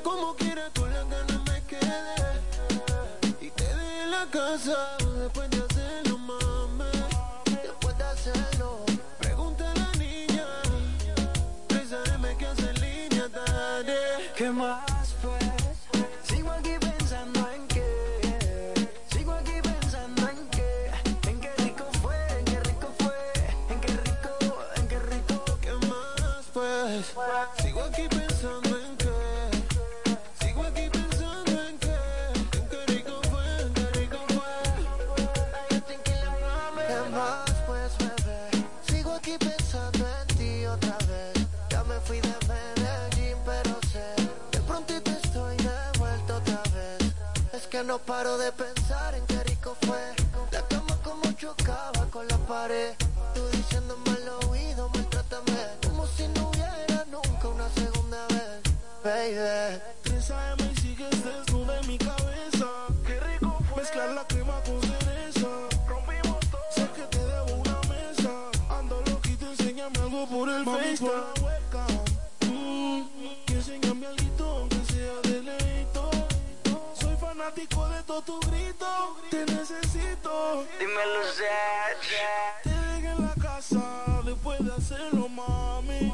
como quiera con la gana me quedé y te dejé en la casa después de hacerlo, mami. Después de hacerlo, pregunta a la niña, tres A M que hace en línea tarde. ¿Qué más pues? Sigo aquí pensando en qué, sigo aquí pensando en qué, en qué rico fue, en qué rico fue, en qué rico, en qué rico. ¿Qué más pues? Sigo aquí pensando en qué, sigo aquí pensando en qué, en qué rico fue, en qué rico fue. ¿Qué más pues, bebé? Sigo aquí pensando en ti otra vez. Ya me fui de Medellín, pero sé de prontito estoy de vuelta otra vez. Es que no paro de pensar en qué rico fue. La cama como chocaba con la pared. Tú diciéndome al oído, maltrátame como si no hubiera nunca una segunda vez, baby. tres A M y sigues desnuda en mi cabeza. Qué rico fue mezclar la crema con cereza. Rompimos todo. Sé que te debo una mesa. Ando loquito, enséñame algo por el Mami, Facebook. por la webcam. Mm, y enséñame algo, aunque sea de leito. Soy fanático de todo tu grito. Te necesito. Dímelo, Zach. Te dejé en la casa después de hacerlo, mami.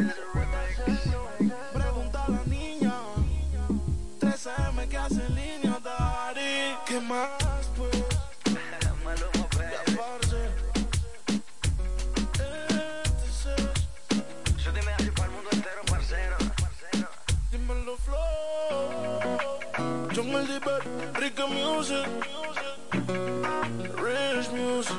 Pregunta a la niña, tres A M que hace en línea, daddy. ¿Qué más pues? Ya parce. Yo dime así para el mundo entero, parcero. Dímelo flow. John el Dipper, Rica Music, Rich Music.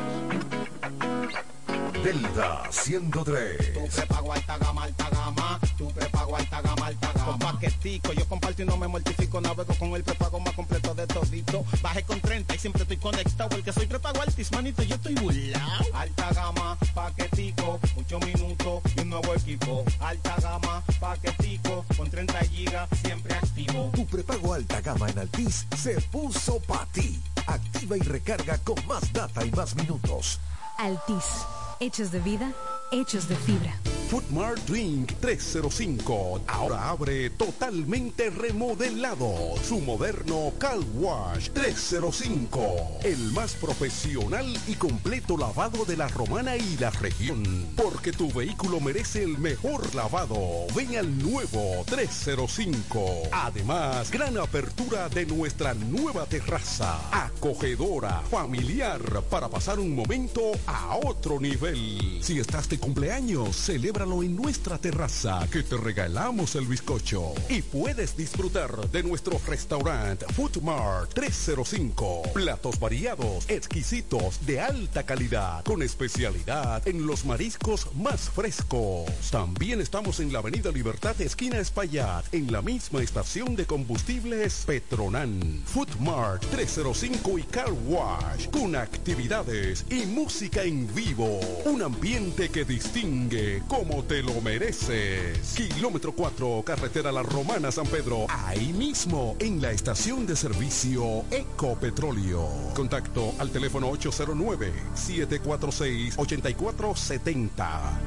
Delta ciento tres. Tu prepago alta gama, alta gama. Tu prepago alta gama, alta gama. Con paquetico, yo comparto y no me mortifico. Navego con el prepago más completo de todito. Bajé con treinta y siempre estoy conectado. Porque soy prepago altis, manito, yo estoy burlao. Alta gama, paquetico, muchos minutos y un nuevo equipo. Alta gama, paquetico, con treinta gigas, siempre activo. Tu prepago alta gama en Altis se puso pa' ti. Activa y recarga con más data y más minutos. Altis, hechos de vida, hechos de fibra. Foodmart Drink trescientos cinco ahora abre totalmente remodelado. Su moderno Car Wash trescientos cinco, el más profesional y completo lavado de la Romana y la región. Porque tu vehículo merece el mejor lavado. Ven al nuevo trescientos cinco. Además, gran apertura de nuestra nueva terraza, acogedora, familiar, para pasar un momento a otro nivel. Si estás de cumpleaños, celebra en nuestra terraza, que te regalamos el bizcocho. Y puedes disfrutar de nuestro restaurante Foodmart trescientos cinco. Platos variados, exquisitos, de alta calidad, con especialidad en los mariscos más frescos. También estamos en la Avenida Libertad, esquina Espaillat, en la misma estación de combustibles Petronan. Foodmart trescientos cinco y Car Wash, con actividades y música en vivo. Un ambiente que distingue como te lo mereces. Kilómetro cuatro, carretera La Romana, San Pedro. Ahí mismo, en la estación de servicio Ecopetróleo. Contacto al teléfono ocho cero nueve, siete cuatro seis, ocho cuatro siete cero.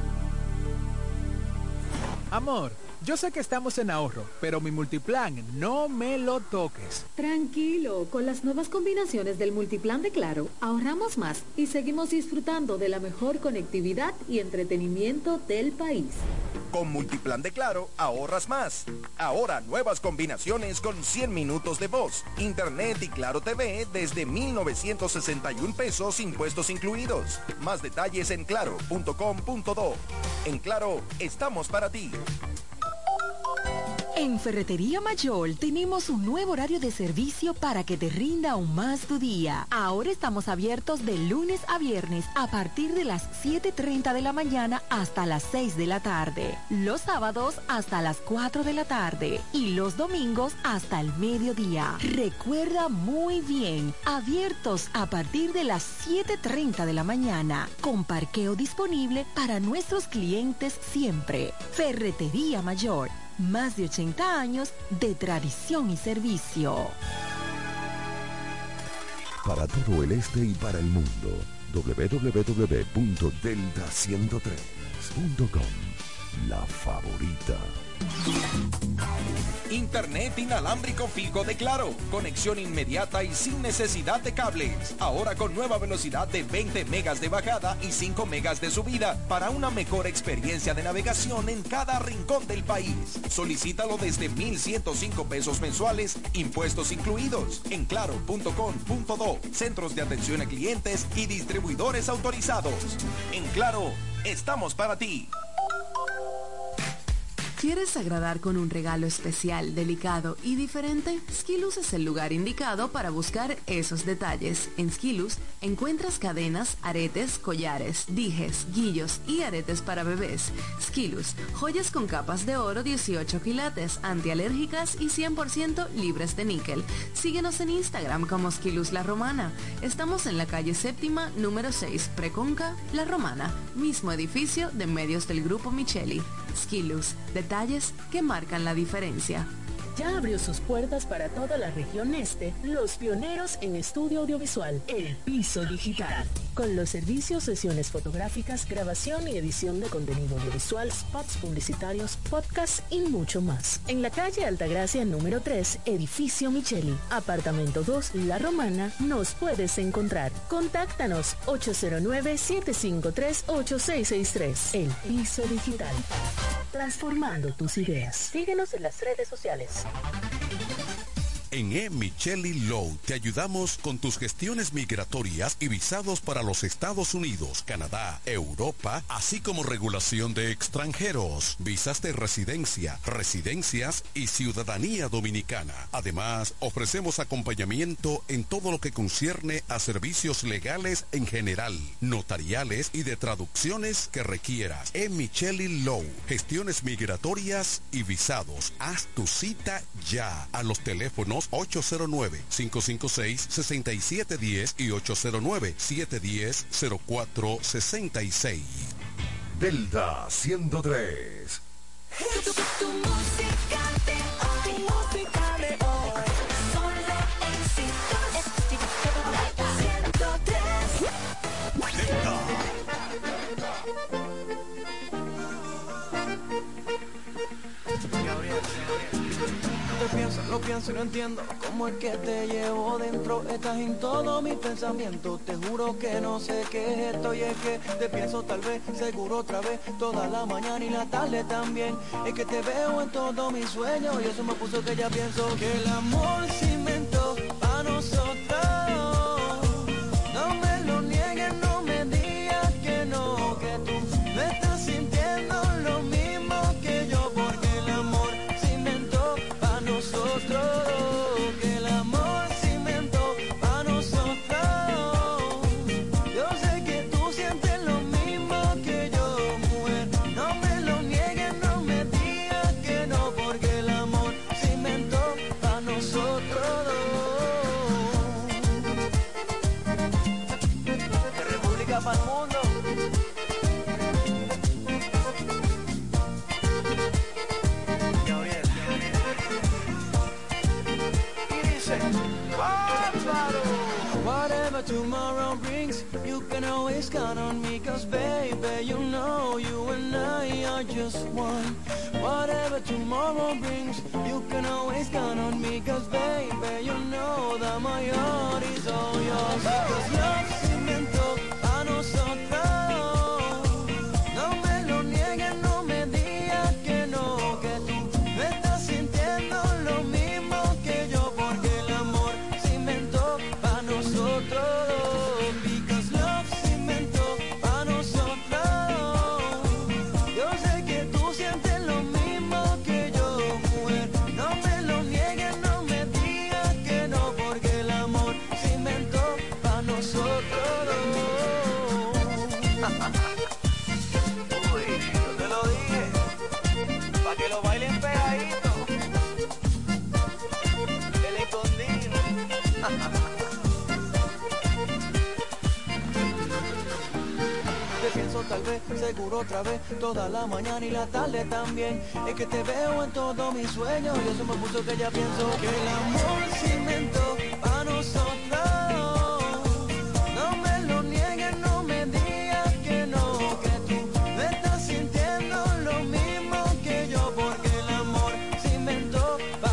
Amor, yo sé que estamos en ahorro, pero mi multiplan no me lo toques. Tranquilo, con las nuevas combinaciones del multiplan de Claro, ahorramos más y seguimos disfrutando de la mejor conectividad y entretenimiento del país. Con Multiplan de Claro, ahorras más. Ahora nuevas combinaciones con cien minutos de voz, internet y Claro T V desde mil novecientos sesenta y un pesos, impuestos incluidos. Más detalles en claro punto com punto do. En Claro, estamos para ti. En Ferretería Mayor tenemos un nuevo horario de servicio para que te rinda aún más tu día. Ahora estamos abiertos de lunes a viernes a partir de las siete y treinta de la mañana hasta las seis de la tarde. Los sábados hasta las cuatro de la tarde y los domingos hasta el mediodía. Recuerda muy bien, abiertos a partir de las siete y treinta de la mañana, con parqueo disponible para nuestros clientes siempre. Ferretería Mayor. Más de ochenta años de tradición y servicio. Para todo el este y para el mundo, doble u doble u doble u punto delta ciento tres punto com. La favorita. Internet inalámbrico fijo de Claro. Conexión inmediata y sin necesidad de cables. Ahora con nueva velocidad de veinte megas de bajada y cinco megas de subida para una mejor experiencia de navegación en cada rincón del país. Solicítalo desde mil ciento cinco pesos mensuales, impuestos incluidos, en claro punto com punto do, centros de atención a clientes y distribuidores autorizados. En Claro, estamos para ti. ¿Quieres agradar con un regalo especial, delicado y diferente? Skilus es el lugar indicado para buscar esos detalles. En Skilus encuentras cadenas, aretes, collares, dijes, guillos y aretes para bebés. Skilus, joyas con capas de oro dieciocho quilates, antialérgicas y cien por ciento libres de níquel. Síguenos en Instagram como Skilus La Romana. Estamos en la calle séptima, número seis, Preconca, La Romana, mismo edificio de medios del Grupo Micheli. Skilus, detalles que marcan la diferencia. Ya abrió sus puertas para toda la región este, los pioneros en estudio audiovisual, El Piso Digital. Con los servicios, sesiones fotográficas, grabación y edición de contenido audiovisual, spots publicitarios, podcasts y mucho más. En la calle Altagracia número tres, edificio Micheli, apartamento dos, La Romana, nos puedes encontrar. Contáctanos ocho cero nueve, siete cinco tres, ocho seis seis tres. El Piso Digital. Transformando tus ideas. Síguenos en las redes sociales. En E. Micheli Law te ayudamos con tus gestiones migratorias y visados para los Estados Unidos, Canadá, Europa, así como regulación de extranjeros, visas de residencia, residencias y ciudadanía dominicana. Además, ofrecemos acompañamiento en todo lo que concierne a servicios legales en general, notariales y de traducciones que requieras. E. Micheli Law, gestiones migratorias y visados. Haz tu cita ya a los teléfonos ocho cero nueve, cinco cinco seis, seis siete uno cero y ocho cero nueve, siete uno cero, cero cuatro seis seis. Delta ciento tres. Tu, tu música de hoy, música de hoy, solo éxitos. ciento tres. Delta. Lo pienso, lo pienso y no entiendo cómo es que te llevo dentro. Estás en todos mis pensamientos. Te juro que no sé qué es esto y es que te pienso tal vez, seguro otra vez, toda la mañana y la tarde también. Es que te veo en todos mis sueños y eso me puso que ya pienso que el amor se inventó para nosotros. No me lo niegues, no me digas que no, que tú me estás sintiendo lo mismo que yo, porque el amor se inventó para nosotros, que el amor se inventó para nosotros. Yo sé que tú sientes lo mismo que yo, mujer. No me lo niegues, no me digas que no, porque el amor se inventó para nosotros. De República para el mundo. Whatever tomorrow brings, you can always count on me, cause baby, you know you and I are just one. Whatever tomorrow brings, you can always count on me, cause baby, you know that my heart is all yours. Cause love se inventó a nosotros. No me lo niegues, no me digas que no, que tú me estás sintiendo lo mismo que yo, porque el amor se inventó para nosotros. Because love se inventó para nosotros. Yo sé que tú sientes lo mismo que yo, mujer. No me lo niegues, no me digas que no, porque el amor se inventó para nosotros. Uy, yo te lo dije, para que lo bailen pegadito. El escondido. Te pienso tal vez, seguro otra vez, toda la mañana y la tarde también. Es que te veo en todos mis sueños y eso me puso que ya pienso que el amor se inventó para nosotros. No me lo niegues, no me digas que no, que tú me estás sintiendo lo mismo que yo, porque el amor se inventó para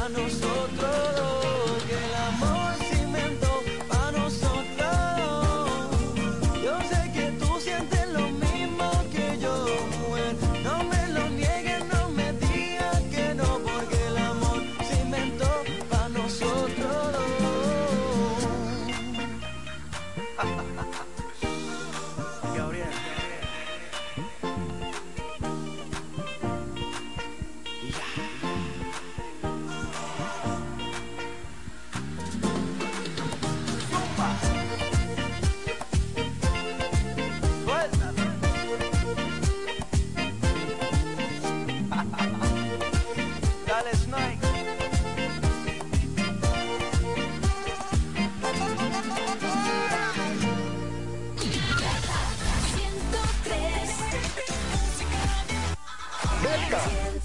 Dale, Snake. Delta.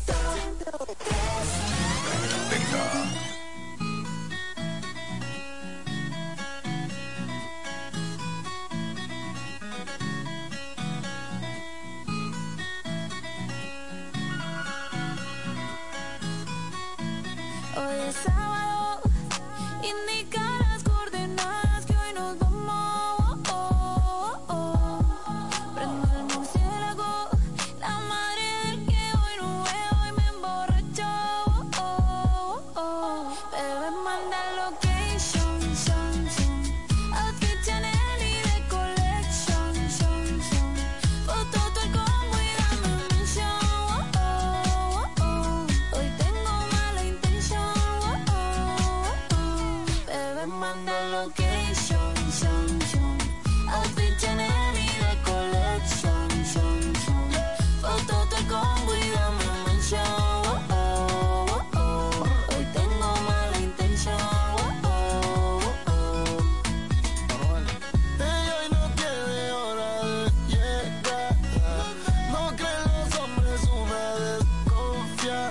Hoy es sábado, indica las coordenadas que hoy nos vamos. Oh, oh, oh. Prendo el murciélago, la madre del que hoy no veo y me emborracho. Oh, oh, oh. Bebé, manda location, son, son. Outfit Chanel y de collection, son, son. Foto todo el combo y dame mention. Oh, oh, oh. Hoy tengo mala intención. Oh, oh, oh. Bebé, manda location, son, son. Outfit Chanel y de collection, son, son. Foto todo el combo y dame mention. Oh, oh, oh. Hoy tengo mala intención. Oh, oh, oh. Ella hoy no tiene hora de llegar. No creen los hombres una desconfiada.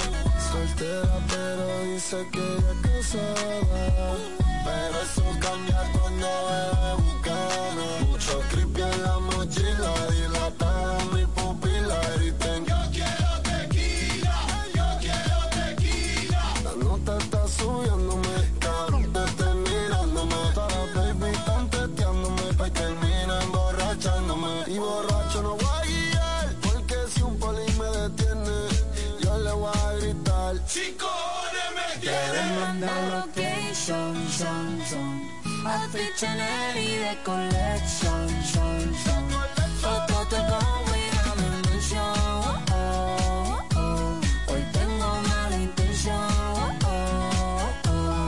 Soltera pero dice que ella es casada. Pero eso cambia cuando bebe bucana. Mucho creepy en la mochila, dilatada mi pupila. Griten, yo quiero tequila, yo quiero tequila. La nota está subiéndome, cabrón, te estoy mirándome. Todas las baby están teteándome, pa' y termina emborrachándome. Y borracho no voy a guiar, porque si un poli me detiene, yo le voy a gritar. Si cojones me Debes mandar location, son, son. Outfit Chanel y de collection, son, son. Foto te pongo y dame mención. Oh, oh, oh. Hoy tengo mala intención. Oh, oh,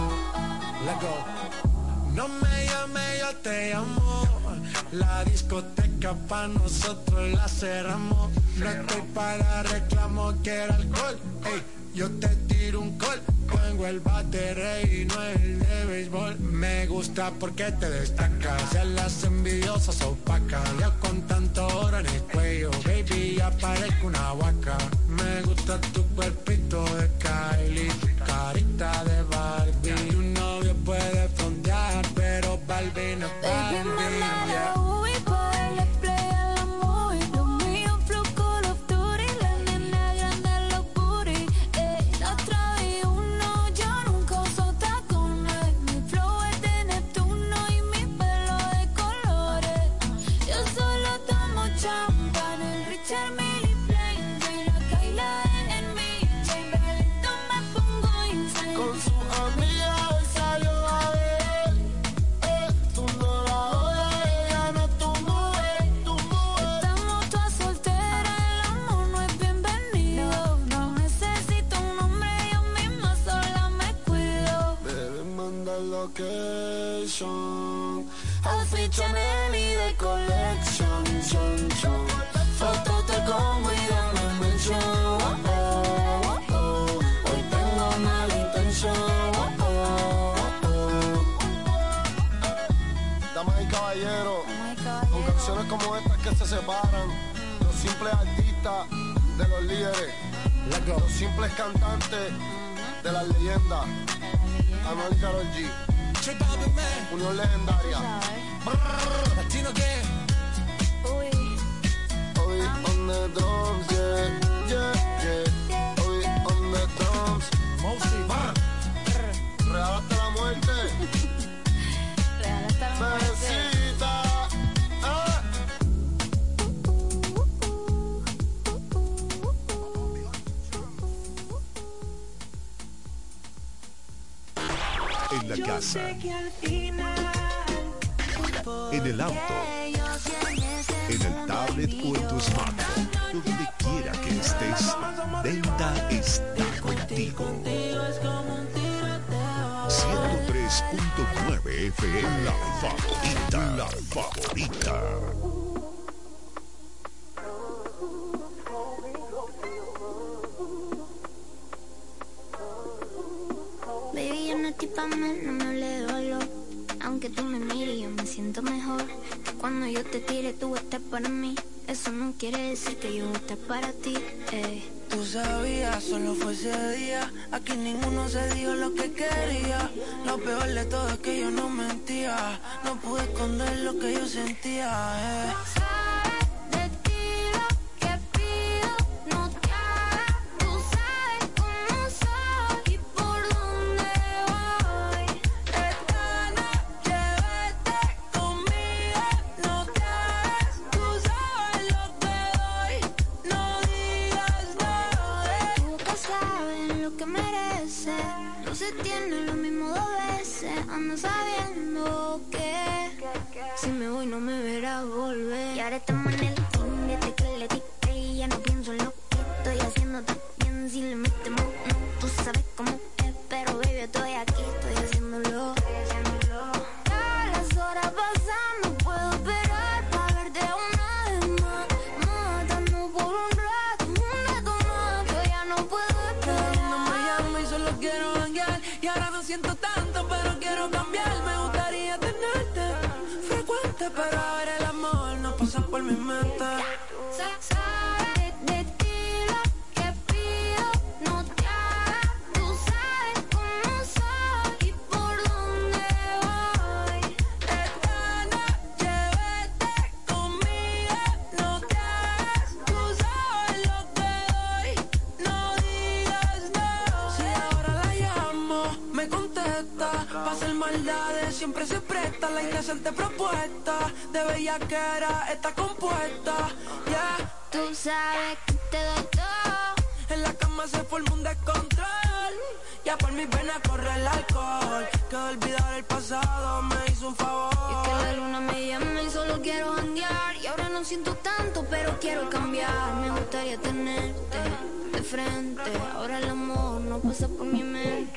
oh. Let go. No me llame, yo te llamo. La discoteca pa' nosotros la cerramos. No estoy para reclamo, quiero alcohol. Ey, yo te tiro un call. Tengo el bate y no el de béisbol. Me gusta porque te destacas. Ya las envidiosas opacas. Ya con tanto oro en el cuello, baby, ya parezco una huaca. Me gusta tu cuerpito de Kylie, tu carita de Barbie. Tu novio puede frontear, pero Barbie no es Baby, Barbie. manda Yeah. la U I pa' darle play a la movie. Lo mío flow Call of Duty, la nena grande los booty. Eh, la trae uno, yo nunca uso tacones. Mi flow es de Neptuno y mi pelo de colores. Yo solo tomo champán, el Richard Mille Plain. Soy la Kyla en mi chain, bebito me pongo insane. con su amiga hoy salió a beber. Eh, tú no la jodas, ella no es tu mujer, tu mujer. Estamos todas solteras, el amor no es bienvenido. No necesito un hombre, yo misma sola me cuido. Debes mandar location. Outfit Chanel y de collection, son, son. Foto te como y dame mención. Oh, oh, oh. Hoy tengo mala intención. Oh, oh, oh. Damas y caballeros, con canciones como estas que se separan, los simples artistas de los líderes, los simples cantantes de las leyendas. Anuel y Karol G, unión legendaria. Latino que Hoy on the drums, yeah, yeah, yeah. Hoy on the drums. Real hasta la muerte. Real hasta la muerte. Bebecita. Ah. En la casa, en el auto, en el tablet o en tu smartphone, donde quiera que estés, Delta está contigo. ciento tres punto nueve F M, la favorita, la favorita. Discúlpame, no me hablé de valor. Aunque tú me mires, yo me siento mejor. Cuando yo te tire, tú estás para mí. Eso no quiere decir que yo esté para ti, ey. Tú sabías, solo fue ese día. Aquí ninguno se dijo lo que quería. Lo peor de todo es que yo no mentía. No pude esconder lo que yo sentía, eh. Tiene lo mismo dos veces. Ando sabiendo que si me voy no me verás volver. Y ahora estamos en el fin desde que le dije y ya no pienso en lo que estoy haciendo también. Si le metemos, no, tú sabes cómo es. Pero baby, estoy aquí, estoy haciéndolo. Ya las horas pasan, no puedo esperar para verte una vez más. Matando por un rato, un rato más. Yo ya no puedo esperar. No me llamo y solo quiero janguear. Y ahora no siento tanto, pero quiero cambiar. Me gustaría tenerte frecuente, pero ahora el amor no pasa por mi mente. Sabes de ti lo que pido, no te hagas. Tú sabes cómo soy y por dónde voy. Esta noche vete conmigo, no te hagas. Tú sabes lo que doy, no digas no. Si ahora la llamo, me contesta. Pa' hacer maldades siempre se presta. La indecente propuesta de bellaquera está compuesta, yeah. Tú sabes que te doy todo. En la cama se forma un descontrol. Ya por mis venas corre el alcohol. Que olvidar el pasado me hizo un favor. Y es que la luna me llama y solo quiero janguear. Y ahora no siento tanto, pero quiero cambiar. Me gustaría tenerte de frente. Ahora el amor no pasa por mi mente.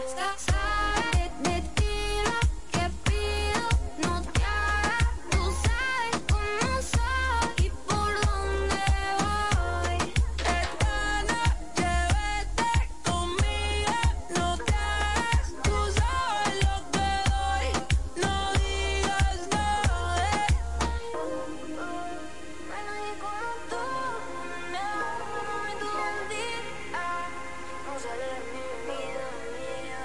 Sabes de ti lo que pido, no te hagas. Tú sabes cómo soy y por dónde voy. Esta noche vete conmigo, no te hagas. Tú sabes lo que doy, no digas no, eh. Bueno, y como tú, no, no me tu mentira. No sale de mi vida mía.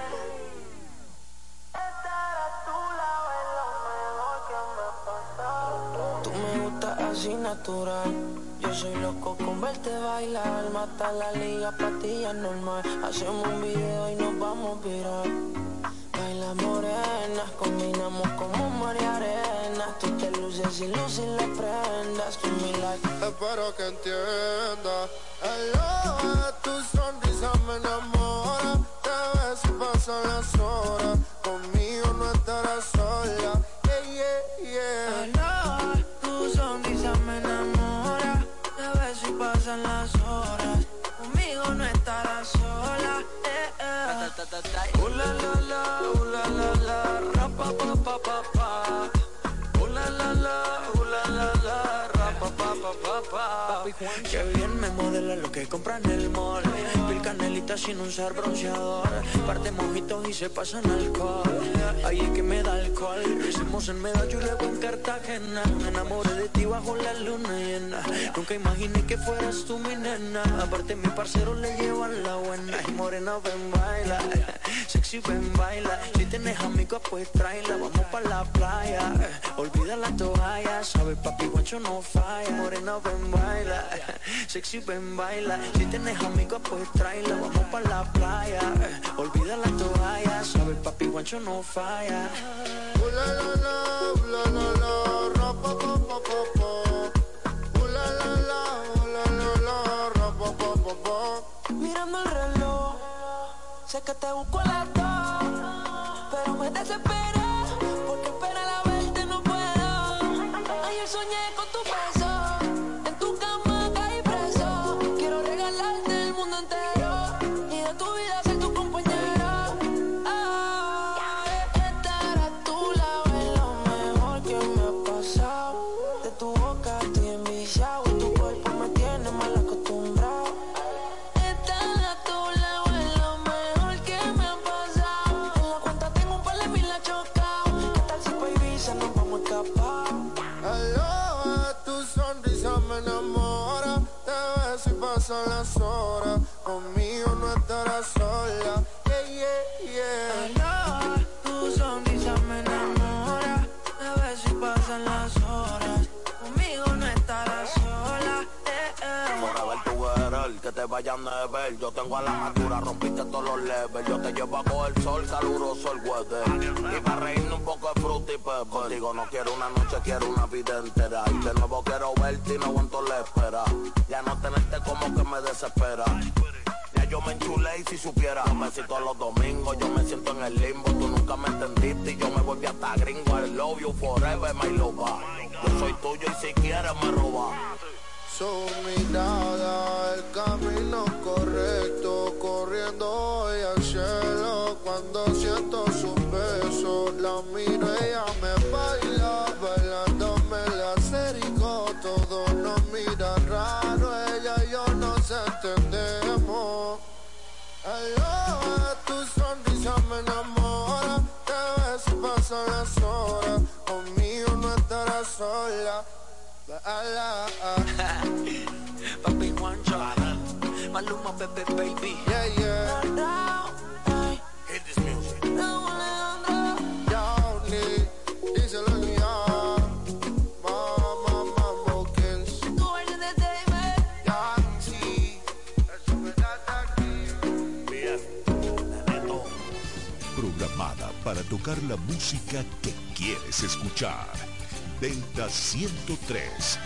Estar a tu lado es lo mejor que me ha pasado. Tú me gustas así natural. Yo soy loco con verte bailar. Mata la liga, pa' ti ya es normal. Hacemos un video y nos vamos a virar. Baila morenas, combinamos como mar y arena. Tú te luces y luces las prendas. Tú mi like. Espero que entiendas. El ojo de tu sonrisa me enamora. Te ves y pasan las horas. Conmigo no estarás sola. Yeah, yeah, yeah. El ojo de tu sonrisa me enamora. Te ves y pasan las horas. Conmigo no estarás sola. Eh, eh. Uh, la, la, la, uh, la, la, la, ra, pa, pa, pa, pa, pa. Uh, la, la, la, uh, la, la, la, ra, pa, pa, pa, pa, pa. Que bien me modela lo que compra en el mall. Pil canelita sin usar bronceador. Parte mojitos y se pasan alcohol. Ahí es que me da alcohol. Lo hicimos en Medallo y luego en Cartagena. Me enamoré de ti bajo la luna llena. Nunca imaginé que fueras tú mi nena. Aparte mi parcero le llevan la buena. Y morena ven baila, sexy ven baila. Si tienes amigos pues tráela. Vamos pa' la playa, olvida la toalla. Sabe papi guacho no falla. Morena ven baila, sexy ven baila. Si tienes amigos pues tráela. Vamos pa' la playa, olvida la toalla. Sabe papi guacho no falla. Uh, la, la, la, uh, la, la, la, ra, pa, pa, pa, pa, pa. Uh, la, la, la, uh, la, la, la, ra, pa, pa, pa, pa. Mirando el reloj, sé que te busco a las dos, pero me desespero porque esperar a verte no puedo. Ayer soñé con tu beso, en tu cama caí preso. Quiero regalarte el mundo entero y de tu vida ser tu compañero. Ah, estar a tu lado es lo mejor que me ha pasado. De tu boca estoy enviciado y tu cuerpo me tiene mal acostumbrado. Estar a tu lado es lo mejor que me ha pasado. En la cuenta pasan las horas, conmigo no estarás sola. Yeah, yeah, yeah. Aloha, tu sonrisa me enamora. A ver si pasan las horas, conmigo no estarás sola. Eh, eh. Forever together, que te vayan a ver. Yo tengo a la altura, rompiste todos los levels. Yo te llevo a coger sol, caluroso el weather. Y para reírnos un poco de fruta y pepper. Contigo no quiero una noche, quiero una vida entera. Y de nuevo quiero verte y no aguanto la espera. Ya no tenerte como que me desespera. Ya yo me enchulé y si supiera, me siento los domingos, yo me siento en el limbo. Tú nunca me entendiste y yo me volví hasta gringo. I love you forever, my lover. Yo soy tuyo y si quieres me roba. Su mirada, el camino correcto, corriendo hoy al cielo. Cuando siento sus besos, la miro, ella me baila, bailándome la acerico. Todos nos miran raro, ella y yo nos entendemos. Aloha, tu sonrisa me enamora. Te ves y pasan las horas, conmigo no estarás sola. Papi Juancho, Maluma, Pepe, baby. Yeah, yeah. No, no, hit this music. no, Alejandro. Johnny, díselo ya. Mama, Mambo Kills. Tú eres de David. Yancy, eso me da aquí. Bien, Neto. Programada para tocar la música que quieres escuchar. Delta ciento tres.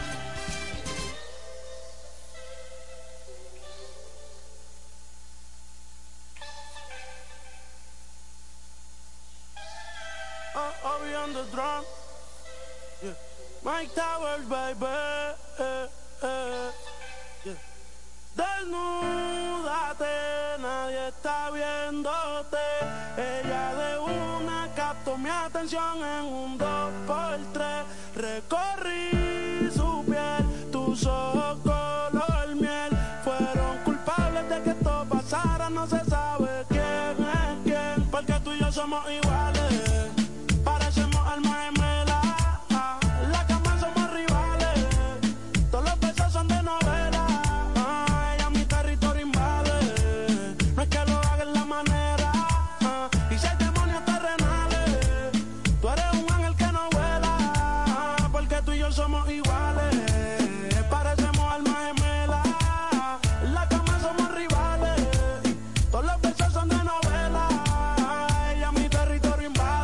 I'll be on the drum. Yeah. Mike Towers, baby. Eh, eh. Yeah. Desnúdate, nadie está viéndote. Ella de una captó mi atención en un dos por tres. Recorrí su piel, tus ojos color miel. Fueron culpables de que esto pasara, no se sabe quién es quién. Porque tú y yo somos iguales. Parecemos almas gemelas, la cama somos rivales, todos los besos son de novela, ah, ella mi territorio invade, no es que lo haga en la manera, ah, y si hay demonios terrenales, tú eres un ángel que no vuela, ah, porque tú y yo somos iguales, parecemos almas gemelas, la cama somos rivales, todos los besos son de novela, ah, ella mi territorio invade.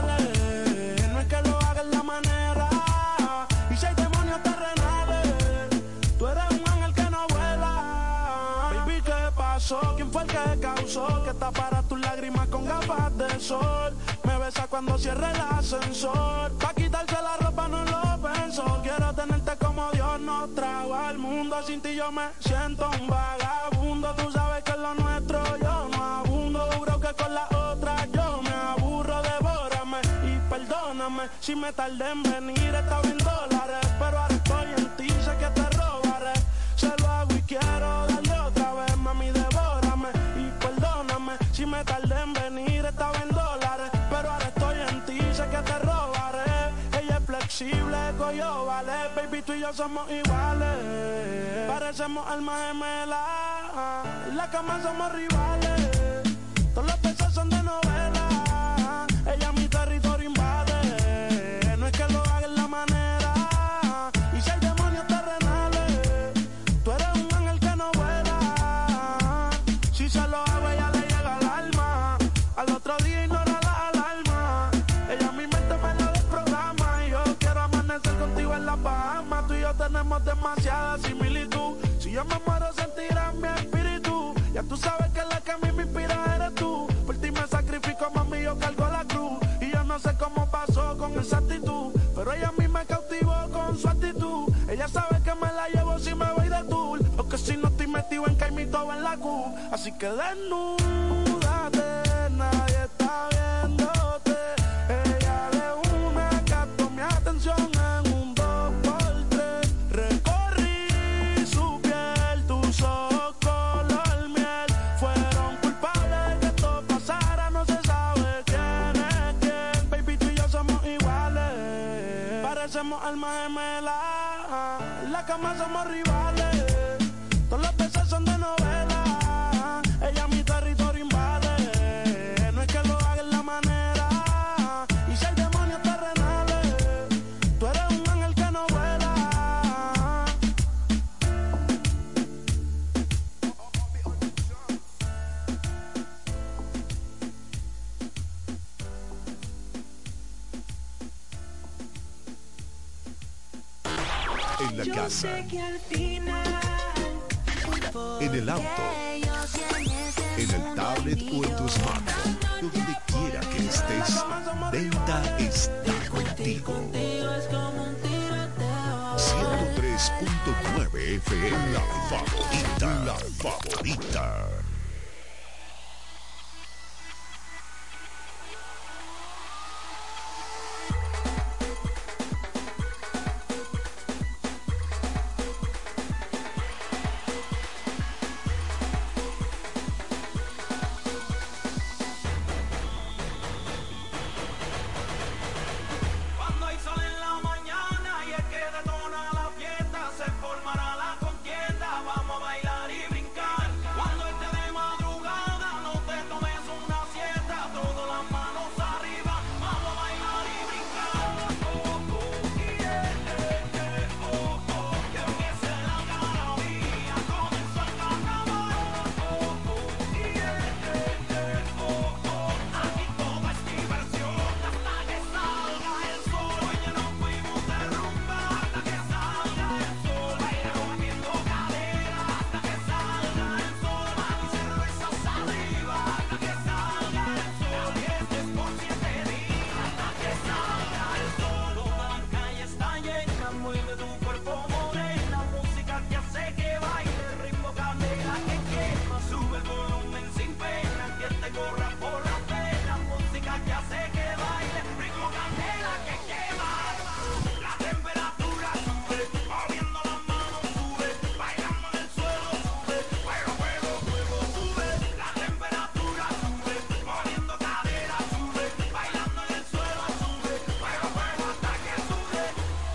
¿Quién fue el que causó que tapara tus lágrimas con gafas de sol? Me besa cuando cierre el ascensor. Pa' quitarse la ropa no lo pensó. Quiero tenerte como Dios nos trajo al mundo. Sin ti yo me siento un vagabundo. Tú sabes que es lo nuestro, yo no abundo. Juro que con la otra yo me aburro. Devórame y perdóname si me tardé en venir. Estaba en dólares, pero ahora estoy en ti. Sé que te robaré, se lo hago y quiero darle otra vez, mami, devórame y perdóname si me tardé en venir. Estaba en dólares, pero ahora estoy en ti. Sé que te robaré, ella es flexible, coyo, vale. Baby, tú y yo somos iguales, parecemos almas gemelas, en la cama somos rivales, todos los besos son de novela, ella mi territorio invade, no es que lo haga en la manera, y si hay demonios terrenales, tú eres un ángel que no vuela, si se lo hago ella le llega al alma, al otro día ignora la alarma, ella mi mente me la desprograma, y yo quiero amanecer contigo en la Bahamas. Tú y yo tenemos demasiada similitud, si yo me muero sentirás mi espíritu, ya tú sabes que la que a mí me inspira eres tú, por ti me sacrifico, mami, yo cargo la cruz, y yo no sé cómo pasó con esa actitud, pero ella a mí me cautivó con su actitud, ella sabe que me la llevo si me voy de tour, porque si no estoy metido en Caimito en la Q, así que desnúdate, nadie está viéndote, ella de una captó mi atención en un dos por tres, recorrí su piel, tus ojos color miel, fueron culpables de que esto pasara, no se sabe quién es quién, baby, tú y yo somos iguales, parecemos almas gemelas, en la cama somos rivales, todos los besos son de novela. Ella mi territorio invade. No es que lo haga en la manera. Y si el demonio terrenales, tú eres un ángel que no vuela. En la casa, en el auto, en el tablet o en tu smartphone, donde quiera que estés, Delta está contigo. ciento tres punto nueve F M, la favorita, la favorita. Cuando hay sol en la mañana y el que detona la fiesta, se formará la contienda, vamos a bailar y brincar. Cuando esté de madrugada, no te tomes una siesta, todas las manos arriba, vamos a bailar y brincar. Oh, oh, yeah, eh, eh, oh, oh, que empiece la algarabía, comenzó el carnaval. Oh, oh, yeah, eh, eh, oh, oh, aquí todo es diversión hasta que salga el sol. Hoy ya nos fuimos de rumba hasta que salga el sol. Bailamos moviendo cadera hasta que salga el sol. Mami, cervezas arriba hasta que salga el sol. Y este es por siete días hasta que salga el sol. Toda la calle está llena, mueve tu cuerpo morena. Música que hace que baile, ritmo candela que quema. Sube el volumen sin pena, que te corra por la pena. Música que hace que baile, ritmo candela que quema. La temperatura sube, moviendo las manos sube, bailando en el suelo sube, fuego, fuego, fuego sube. La temperatura sube, moviendo cadera sube, bailando en el suelo sube, fuego, fuego hasta que sube.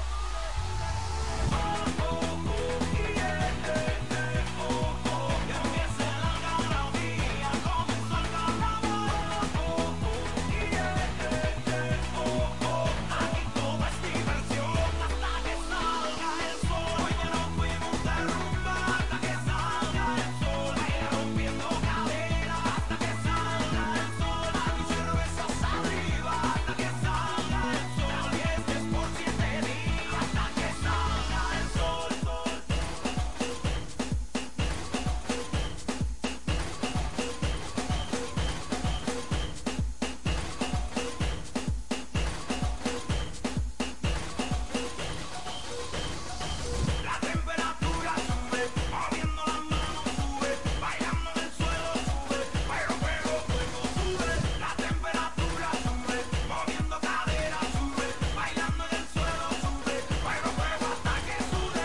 Oh, oh, oh, yeah, eh, eh, oh, oh, que empiece la algarabía, comenzó el carnaval. Oh, oh, yeah, eh, eh, oh, oh, aquí todo es diversión hasta que salga el sol. Hoy ya nos fuimos de rumba hasta que salga el sol. Baila rompiendo cadera hasta que salga el sol. Mami, cervezas arriba hasta que salga el sol. Y este es por siete días hasta que salga el sol. La temperatura sube, moviendo las manos sube, bailando en el suelo sube, fuego, fuego, fuego sube. La temperatura sube, moviendo cadera sube, bailando en el suelo sube, fuego, fuego hasta que sube.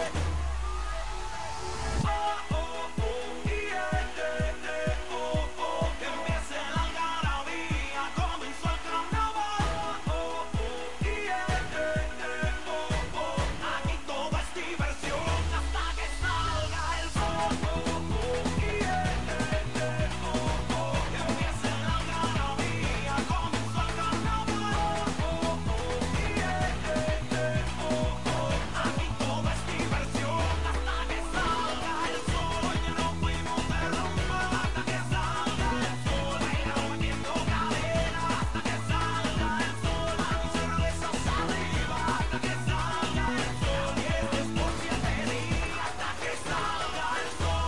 Oh, oh, oh, yeah, eh, eh, oh, oh, que empiece la algarabía, comenzó el carnaval. Oh, oh, yeah, eh, eh, oh, oh, aquí todo es diversión hasta que salga el sol. Oh, oh, yeah, eh, eh, oh, oh, que empiece la algarabía, comenzó el carnaval. Oh, oh, yeah, eh, eh, oh, oh, aquí todo es diversión hasta que salga el sol. Hoy ya nos fuimos de rumba hasta que salga el sol. Baila moviendo cadera hasta que salga el sol. Mami, cervezas arriba hasta que salga el sol. Y este es por siete días hasta que salga el sol.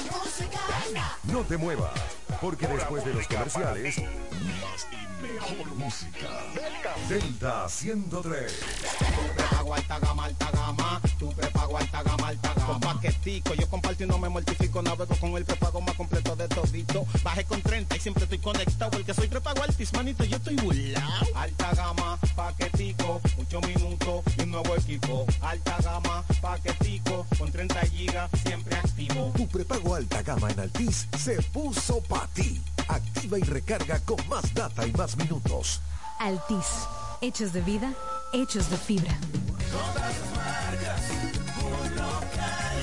No te muevas, porque después de los comerciales, Más y mejor música. Delta ciento tres. Tu prepago alta gama, alta gama. Tu prepago alta gama, alta gama. Con paquetico, yo comparto y no me mortifico. Navego con el prepago más completo de todito. Bajé con treinta y siempre estoy conectado. Porque soy prepago altis, manito, yo estoy burlao. Alta gama, paquetico, ocho minutos y un nuevo equipo. Alta gama, paquetico, con treinta gigas, siempre activo. Tu prepago alta gama en Altis se puso pa' ti. Activa y recarga con más data y más minutos. Altis, hechos de vida, hechos de fibra. Todas las marcas, un local.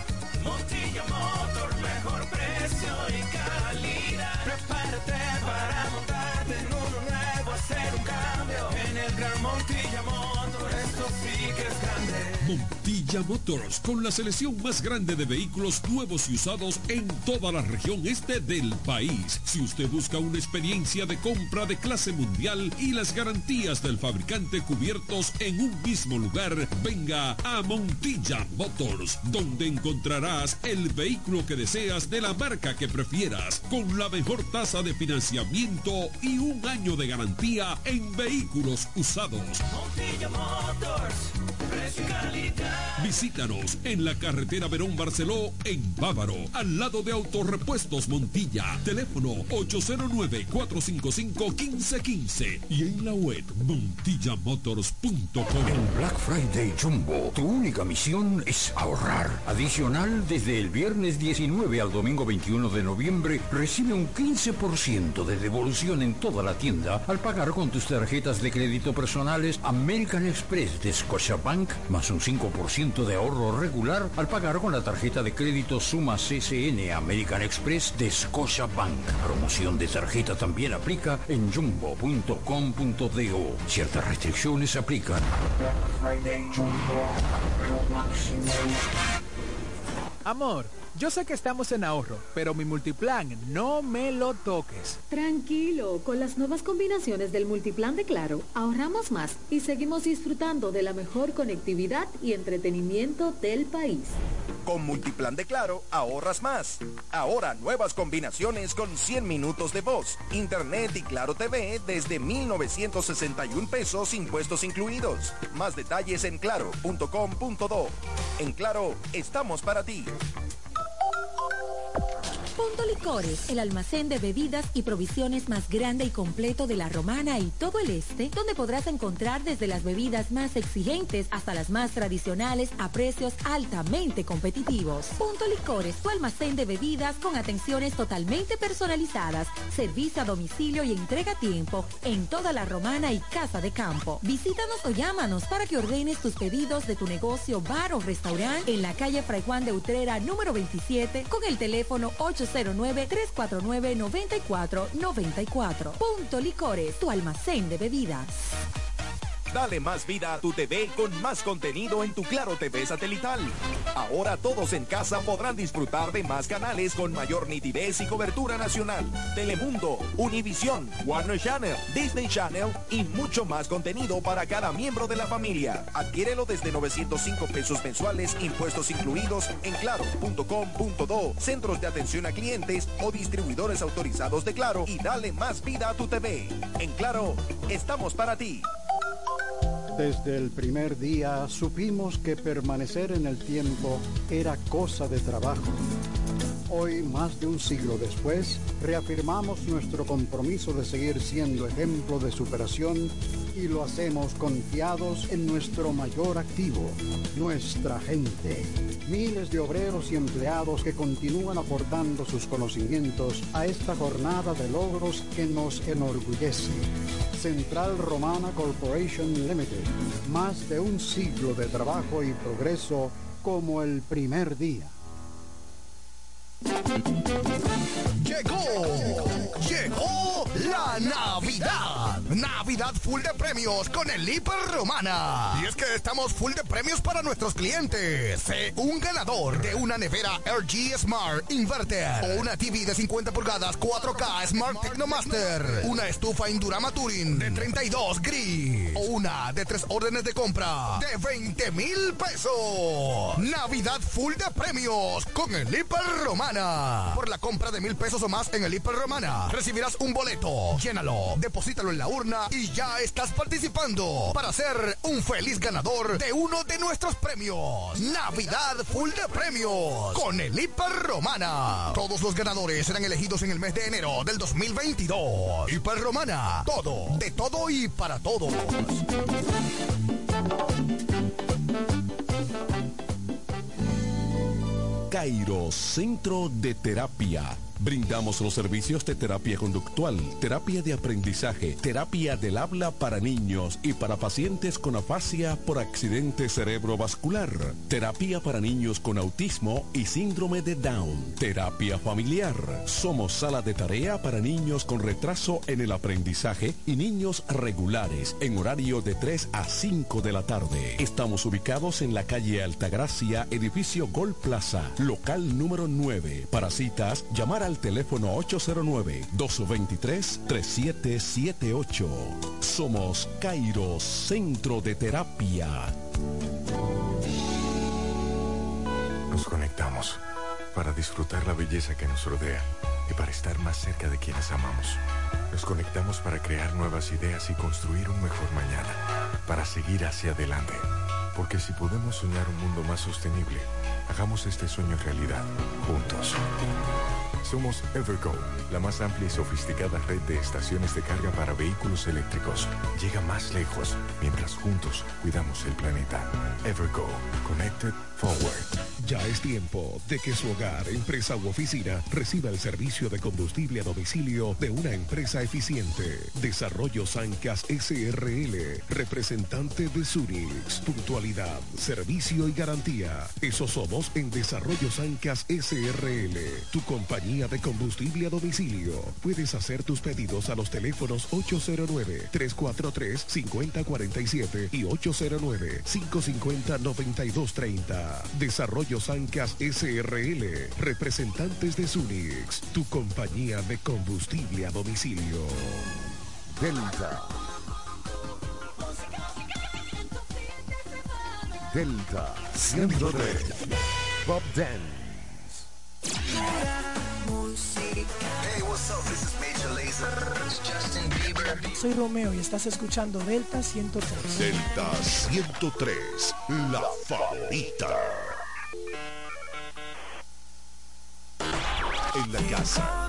Montilla Motor, mejor precio y calidad. Prepárate para montarte en uno nuevo, hacer un cambio. En el Gran Montilla Motor, esto sí que es grande. Montilla Motors, con la selección más grande de vehículos nuevos y usados en toda la región este del país. Si usted busca una experiencia de compra de clase mundial y las garantías del fabricante cubiertos en un mismo lugar, venga a Montilla Motors, donde encontrarás el vehículo que deseas de la marca que prefieras, con la mejor tasa de financiamiento y un año de garantía en vehículos usados. Montilla Motors, precio y calidad. Visítanos en la carretera Verón Barceló, en Bávaro, al lado de Autorepuestos Montilla. Teléfono ocho cero nueve, cuatro cinco cinco, uno cinco uno cinco y en la web montillamotors punto com. En Black Friday Jumbo, tu única misión es ahorrar. Adicional, desde el viernes diecinueve al domingo veintiuno de noviembre, recibe un quince por ciento de devolución en toda la tienda al pagar con tus tarjetas de crédito personales American Express de Scotiabank, más un cinco por ciento de ahorro regular al pagar con la tarjeta de crédito Suma C C N American Express de Scotiabank. Promoción de tarjeta también aplica en jumbo punto com punto do. Ciertas restricciones aplican. Amor, yo sé que estamos en ahorro, pero mi multiplan no me lo toques. Tranquilo, con las nuevas combinaciones del multiplan de Claro, ahorramos más y seguimos disfrutando de la mejor conectividad y entretenimiento del país. Con Multiplan de Claro, ahorras más. Ahora nuevas combinaciones con cien minutos de voz, internet y Claro T V desde mil novecientos sesenta y un pesos, impuestos incluidos. Más detalles en claro punto com punto do. En Claro, estamos para ti. Punto Licores, el almacén de bebidas y provisiones más grande y completo de La Romana y todo el este, donde podrás encontrar desde las bebidas más exigentes hasta las más tradicionales a precios altamente competitivos. Punto Licores, tu almacén de bebidas con atenciones totalmente personalizadas, servicio a domicilio y entrega a tiempo en toda La Romana y Casa de Campo. Visítanos o llámanos para que ordenes tus pedidos de tu negocio, bar o restaurante en la calle Fray Juan de Utrera número veintisiete con el teléfono ocho cero nueve, tres cuatro nueve, nueve cuatro nueve cuatro. Punto Licores, tu almacén de bebidas. Dale más vida a tu T V con más contenido en tu Claro T V satelital. Ahora todos en casa podrán disfrutar de más canales con mayor nitidez y cobertura nacional. Telemundo, Univisión, Warner Channel, Disney Channel y mucho más contenido para cada miembro de la familia. Adquiérelo desde novecientos cinco pesos mensuales, impuestos incluidos, en claro punto com punto do, centros de atención a clientes o distribuidores autorizados de Claro, y dale más vida a tu T V. En Claro, estamos para ti. Desde el primer día supimos que permanecer en el tiempo era cosa de trabajo. Hoy, más de un siglo después, reafirmamos nuestro compromiso de seguir siendo ejemplo de superación y lo hacemos confiados en nuestro mayor activo, nuestra gente. Miles de obreros y empleados que continúan aportando sus conocimientos a esta jornada de logros que nos enorgullece. Central Romana Corporation Limited, más de un siglo de trabajo y progreso como el primer día. Llegó, llegó la Navidad. Navidad full de premios con el Hiper Romana. Y es que estamos full de premios para nuestros clientes. Sé un ganador de una nevera L G Smart Inverter o una T V de cincuenta pulgadas cuatro K Smart Technomaster, una estufa Indurama Touring de treinta y dos gris o una de tres órdenes de compra de veinte mil pesos. Navidad full de premios con el Hiper Romana. Romana. Por la compra de mil pesos o más en el Hiper Romana, recibirás un boleto. Llénalo, deposítalo en la urna y ya estás participando para ser un feliz ganador de uno de nuestros premios. Navidad full de premios con el Hiper Romana. Todos los ganadores serán elegidos en el mes de enero del dos mil veintidós. Hiper Romana, todo, de todo y para todos. Cairo Centro de Terapia. Brindamos los servicios de terapia conductual, terapia de aprendizaje, terapia del habla para niños y para pacientes con afasia por accidente cerebrovascular, terapia para niños con autismo y síndrome de Down, terapia familiar. Somos sala de tarea para niños con retraso en el aprendizaje y niños regulares en horario de tres a cinco de la tarde. Estamos ubicados en la calle Altagracia, edificio Gol Plaza, local número nueve. Para citas, llamar a al teléfono ocho cero nueve, dos dos tres, tres siete siete ocho. Somos Cairo Centro de Terapia. Nos conectamos para disfrutar la belleza que nos rodea y para estar más cerca de quienes amamos. Nos conectamos para crear nuevas ideas y construir un mejor mañana, para seguir hacia adelante. Porque si podemos soñar un mundo más sostenible, hagamos este sueño realidad, juntos. Somos Evergo, la más amplia y sofisticada red de estaciones de carga para vehículos eléctricos. Llega más lejos mientras juntos cuidamos el planeta. Evergo, Connected Forward. Ya es tiempo de que su hogar, empresa u oficina reciba el servicio de combustible a domicilio de una empresa eficiente. Desarrollo Sancas S R L, representante de Sunix. Puntualidad, servicio y garantía. Eso somos en Desarrollo Sancas S R L, tu compañía de combustible a domicilio. Puedes hacer tus pedidos a los teléfonos ocho cero nueve, tres cuatro tres, cinco cero cuatro siete y ocho cero nueve, cinco cinco cero, nueve dos tres cero. Desarrollo Sancas S R L, representantes de Sunix, tu compañía de combustible a domicilio. Delta. Delta ciento tres. Pop Dance. Hey, what's up? This is Major Lazer. It's Justin Bieber. Soy Romeo y estás escuchando Delta ciento tres. Delta ciento tres, la favorita. En la casa,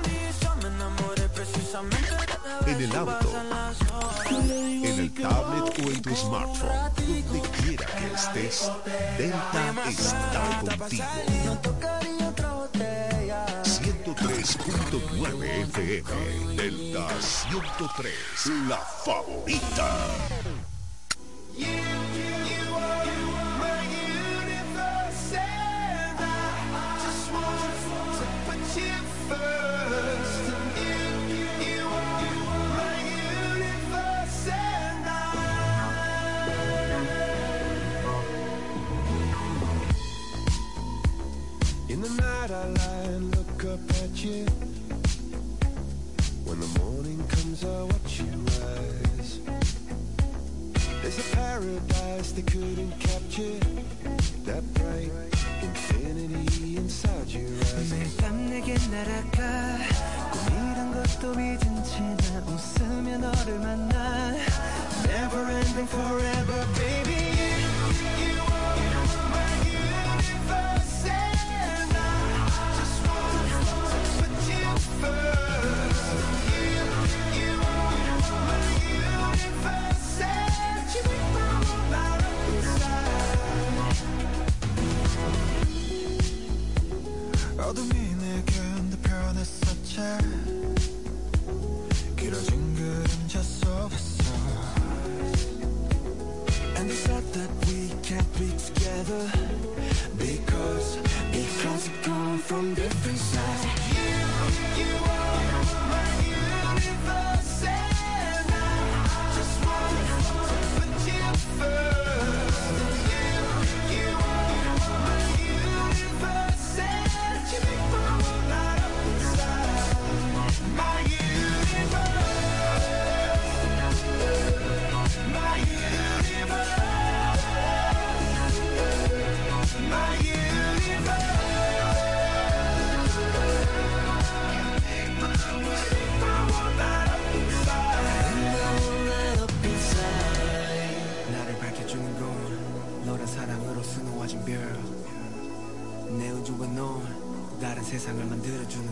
en el auto, en el tablet o en tu smartphone, donde quiera que estés, Delta está contigo. ciento tres punto nueve F M, Delta ciento tres, la favorita. In the night I lie and look up at you. When the morning comes I watch you rise. There's a paradise they couldn't capture. That bright infinity inside your eyes. 매일 밤 내게 날아가 꿈이란 것도 잊은 채 나 웃으며 너를 만나. Never ending forever baby. 어둠이 내겐 더 변했었지 길어진 그림자 속에서 And the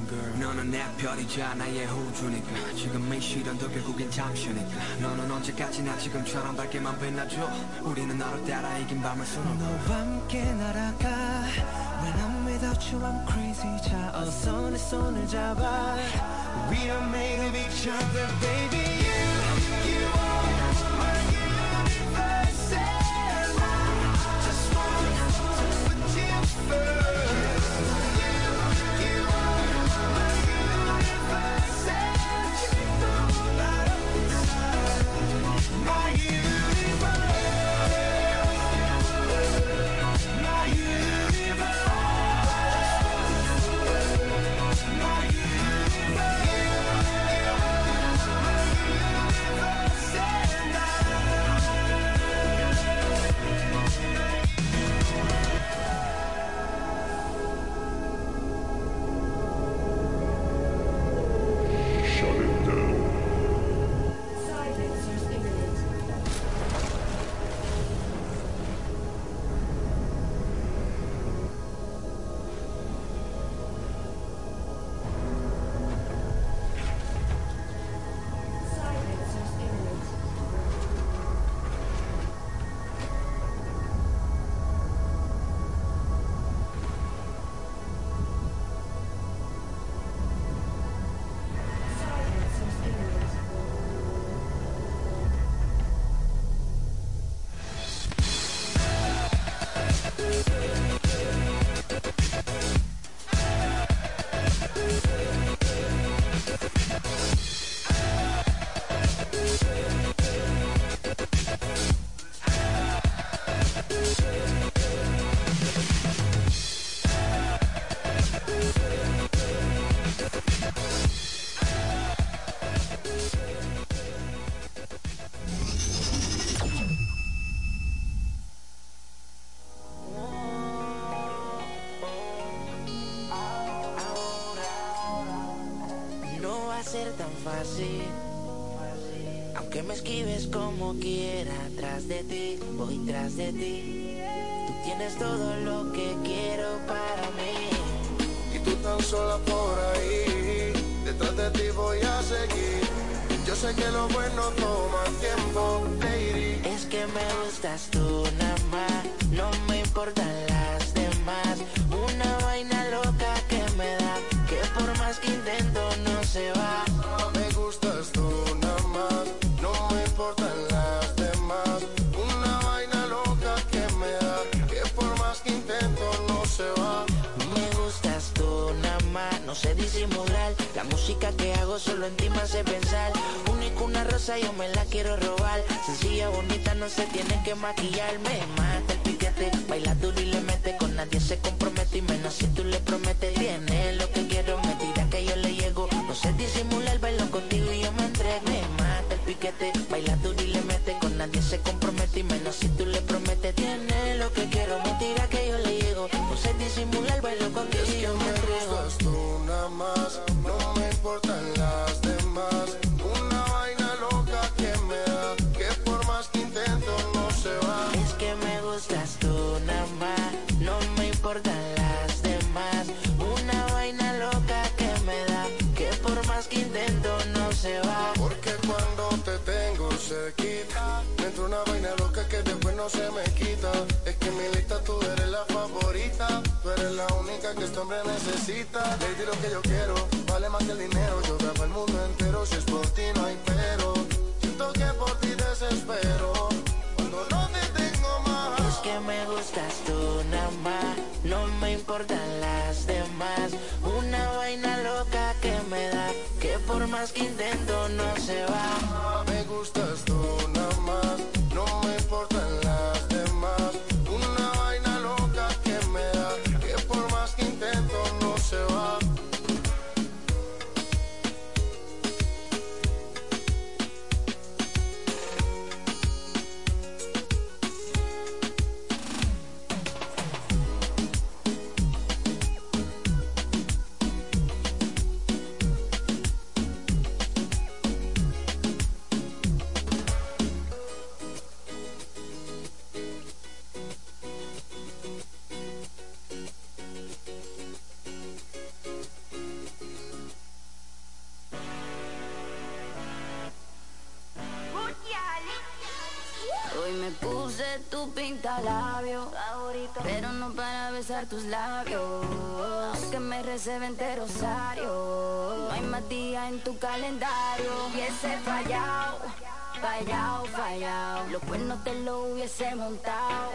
girl. 너는 내 별이자 나의 우주니까 지금 이 시련도 결국엔 잠시니까 너는 언제까지나 지금처럼 밝게만 빛나줘 우리는 너를 따라 이긴 밤을 수놓고 너와 함께 날아가 When I'm without you I'm crazy 자 어서 내 손을 잡아 We are made of each other baby You, you are my universe And I just want to put you first You, you are my universe And you know that I'm inside My universe My universe My ser tan fácil. Aunque me esquives como quiera, tras de ti, voy tras de ti. Tú tienes todo lo que quiero para mí. Y tú tan sola por ahí, detrás de ti voy a seguir. Yo sé que lo bueno toma tiempo, lady. Es que me gustas tú nada más, no me importan las demás. Una vaina loca que me da, que por más que intento no se va. Me gustas tú nada más, no me importan las demás. Una vaina loca que me da, que por más que intento no se va. Me gustas tú nada más, no sé disimular. La música que hago solo en ti me hace pensar. Única una rosa yo me la quiero robar. Sencilla, bonita, no se tiene que maquillar. Me mata el piquete, baila duro y le mete. Con nadie se compromete y menos si tú le prometes. Tiene lo que quiero, me tira que yo le llego. No sé disimular, bailo contigo y yo me entrego. Me mata el piquete, baila duro y le mete. Con nadie se compromete y menos si tú le prometes. Tiene lo que quiero, me tira que yo le llego. No sé disimular, bailo contigo y yo me entrego. Me gustas tú nada más, no me importan las demás. Una vaina loca que me da, que por más que intento no se va. Es que me gustas tú nada más, no me importan las demás. Una vaina loca que me da, que por más que intento no se va. Porque cuando te tengo cerquita, me entra una vaina loca que después no se me quita. Es que en mi lista tú eres la favorita, tú eres la única que este hombre necesita. Lady, lo que yo quiero vale más que el dinero. Yo grabo el mundo entero, si es por ti no hay pero. Siento que por ti desespero cuando no te tengo más. Es que me gustas tú nada más, no me importan las demás. Una vaina loca que me da, que por más que intento no se va. Me gustas tú nada más, no me importan las demás. Una vaina loca que me da, que por más que intento no se va. puse tu pintalabio favorito, pero no para besar tus labios. Que me recé veinte rosario. No hay más día en tu calendario. Hubiese fallado, fallado, fallado. Los cuernos te lo hubiese montado.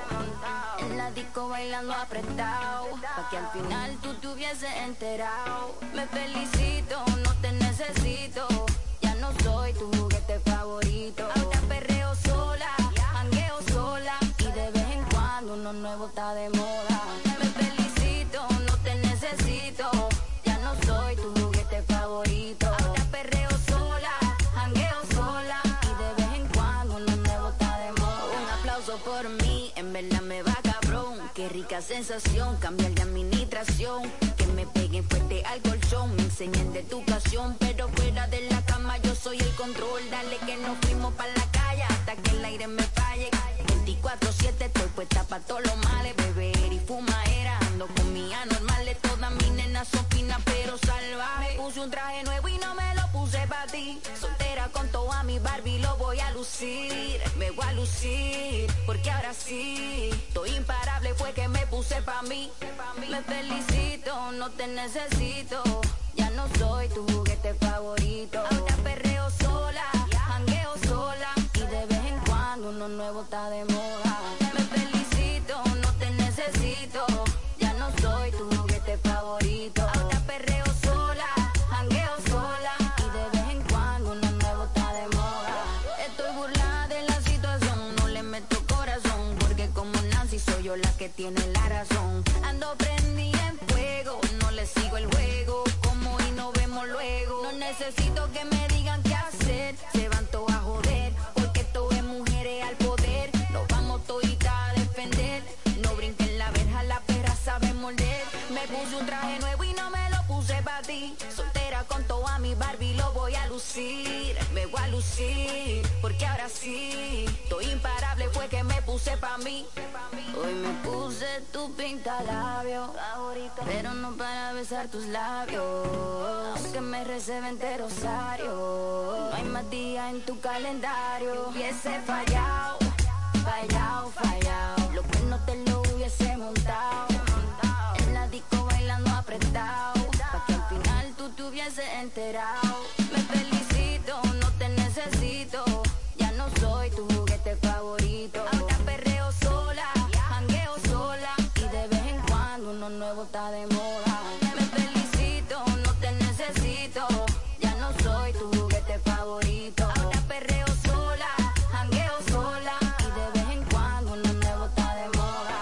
En la disco bailando apretado, pa' que al final tú te hubieses enterado. Me felicito, no te necesito. Ya no soy tu juguete favorito. Ahora perreo sola, jangueo sola, y de vez en cuando uno nuevo está de moda. Me felicito, no te necesito. Ya no soy tu juguete favorito. Ahora perreo sola, jangueo sola, y de vez en cuando uno nuevo está de moda. Un aplauso por mí, en verdad me va cabrón. Qué rica sensación, cambiar de administración. Que me peguen fuerte al colchón, me enseñen de educación. Pero fuera de la cama yo soy el control. Dale que nos fuimos pa' la calle hasta que el aire me falle. veinticuatro siete estoy puesta pa' todos los males. Beber y fumadera, ando con mi anormales. Todas mis nenas son finas pero salvajes. Puse un traje nuevo y no me lo puse pa' ti. Soltera con toda mi Barbie lo voy a lucir. Me voy a lucir, porque ahora sí estoy imparable, fue que me puse pa' mí. Me felicito, no te necesito. Ya no soy tu juguete favorito. Ahora perreo sola, jangueo sola, y de vez en cuando uno nuevo está de moda. Me felicito, no te necesito. Ya no soy tu juguete favorito. Ahora perreo sola, jangueo sola, y de vez en cuando uno nuevo está de moda. Estoy burlada de la situación, no le meto corazón, porque como Nancy soy yo la que tiene la razón. Ando prendida en fuego, no le sigo el juego, como y nos vemos luego. No necesito que me digan qué hacer, se van todos a joder, porque todo es mujeres al poder. Nos vamos toditas a defender, no brinquen la verja, la perra sabe morder. Me puse un traje nuevo y no me lo puse pa' ti. Soltera con toda mi Barbie lo voy a lucir. Me voy a lucir, porque ahora sí estoy imparable, fue que me puse pa' mí. Hoy me puse tu pintalabio favorito, pero no para besar tus labios. Que me recé veinte rosario. No hay más día en tu calendario. Hubiese fallado, fallado, fallado. Los cuernos te lo hubiese montado. En la disco bailando apretado, pa' que al final tú te hubieses enterado. Me felicito, no te necesito. Ya no soy tu juguete favorito. Ahora perreo sola, jangueo sola, y de vez en cuando uno nuevo está de moda. Me felicito, no te necesito. Ya no soy tu juguete favorito. Ahora perreo sola, jangueo sola, y de vez en cuando uno nuevo está de moda.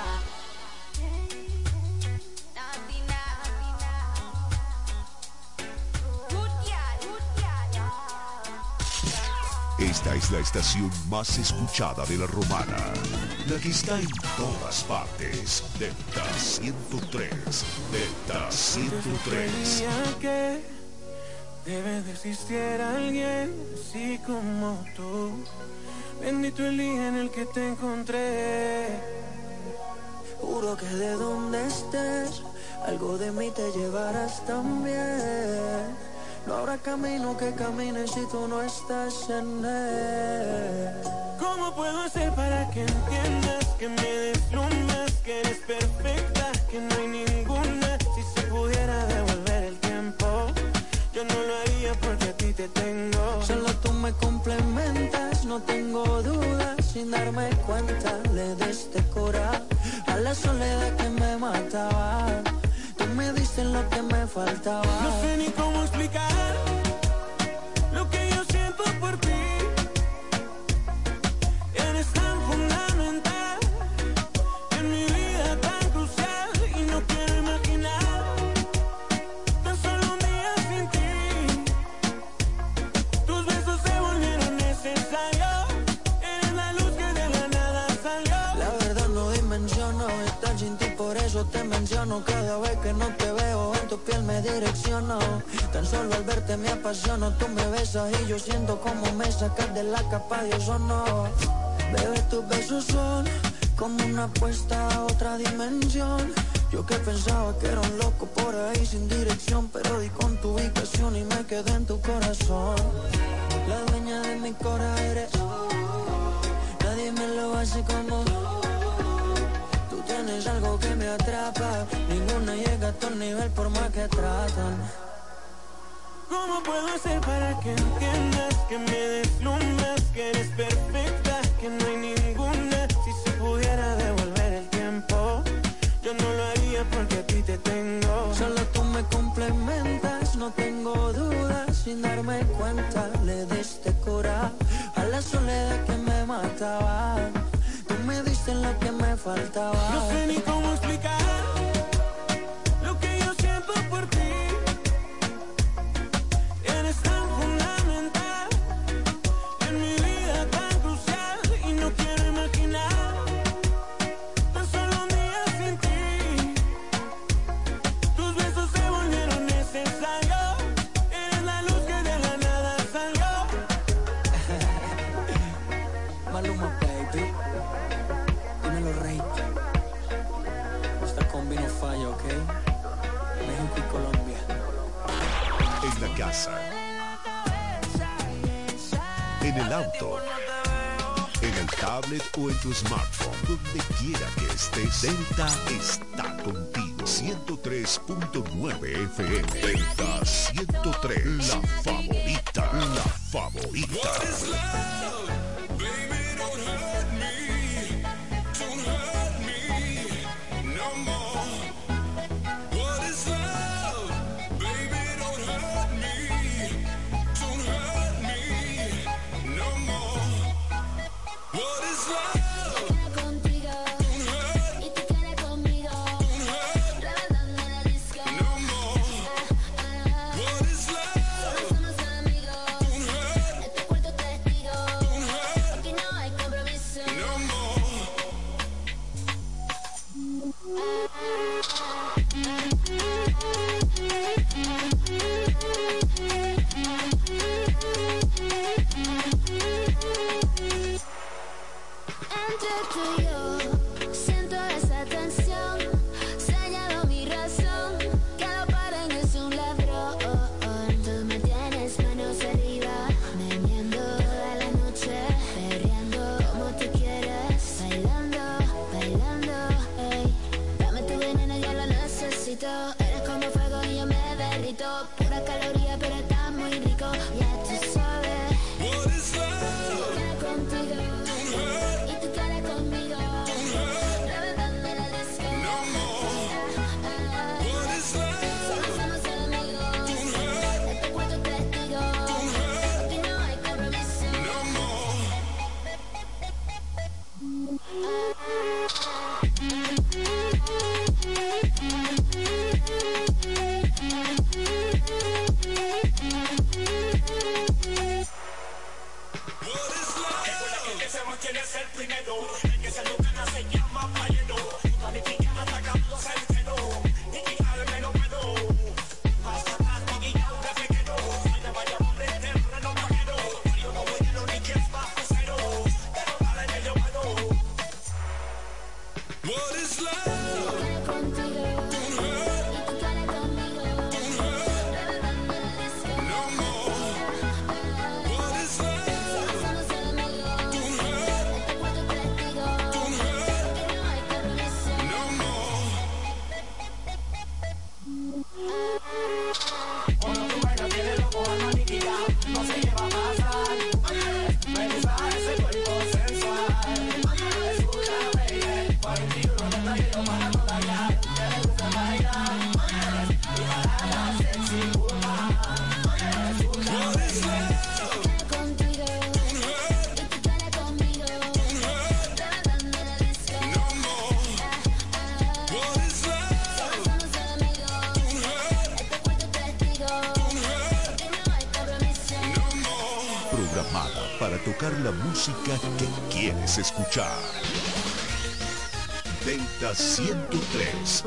Esta es la estación más escuchada de la Romana, la que está en todas partes. Delta ciento tres, Delta ciento tres. Que debe de existir alguien así como tú. Bendito el día en el que te encontré. Juro que de donde estés, algo de mí te llevarás también. No habrá camino que camine si tú no estás en él. ¿Cómo puedo hacer para que entiendas que me deslumbras, que eres perfecta, que no hay ninguna? Si se pudiera devolver el tiempo, yo no lo haría porque a ti te tengo. Solo tú me complementas, no tengo dudas. Sin darme cuenta le diste cora a la soledad que me mataba. Tú me diste lo que me faltaba. No sé ni cómo explicar lo que yo siento por ti. Eres tan fundamental en mi vida, tan crucial, y no quiero imaginar tan solo un día sin ti. Tus besos se volvieron necesarios. Eres la luz que de la nada salió. La verdad no dimensiono estar sin ti, por eso te menciono. Cada vez que no te veo en tu piel me direcciono. Tan solo al verte me apasiono. Tú me besas y yo siento como me sacas de la capa de ozono. Bebé, tus besos son como una apuesta a otra dimensión. Yo que pensaba que era un loco por ahí sin dirección, pero di con tu ubicación y me quedé en tu corazón. La dueña de mi corazón eres. Nadie me lo hace como algo que me atrapa. Ninguna llega a tu nivel por más que tratan. ¿Cómo puedo hacer para que entiendas que me deslumbras, que eres perfecta, que no hay ninguna? Si se pudiera devolver el tiempo, yo no lo haría porque a ti te tengo. Solo tú me complementas, no tengo dudas. Sin darme cuenta le diste cura a la soledad que me mataba. Tú me diste lo que me faltaba. No sé ni cómo explicar lo que yo siento por ti. Eres tan fundamental en mi vida, tan crucial, y no quiero imaginar tan solo un día sin ti. Tus besos se volvieron necesarios. Eres la luz que de la nada salió. Maluma, baby. Dímelo, rey. Esta combi no falla, ¿ok? México y Colombia. En la casa, en el auto, en el tablet o en tu smartphone, donde quiera que estés, Delta está contigo. ciento tres punto nueve F M. Delta ciento tres, la favorita, la favorita. Para tocar la música que quieres escuchar. Delta ciento tres.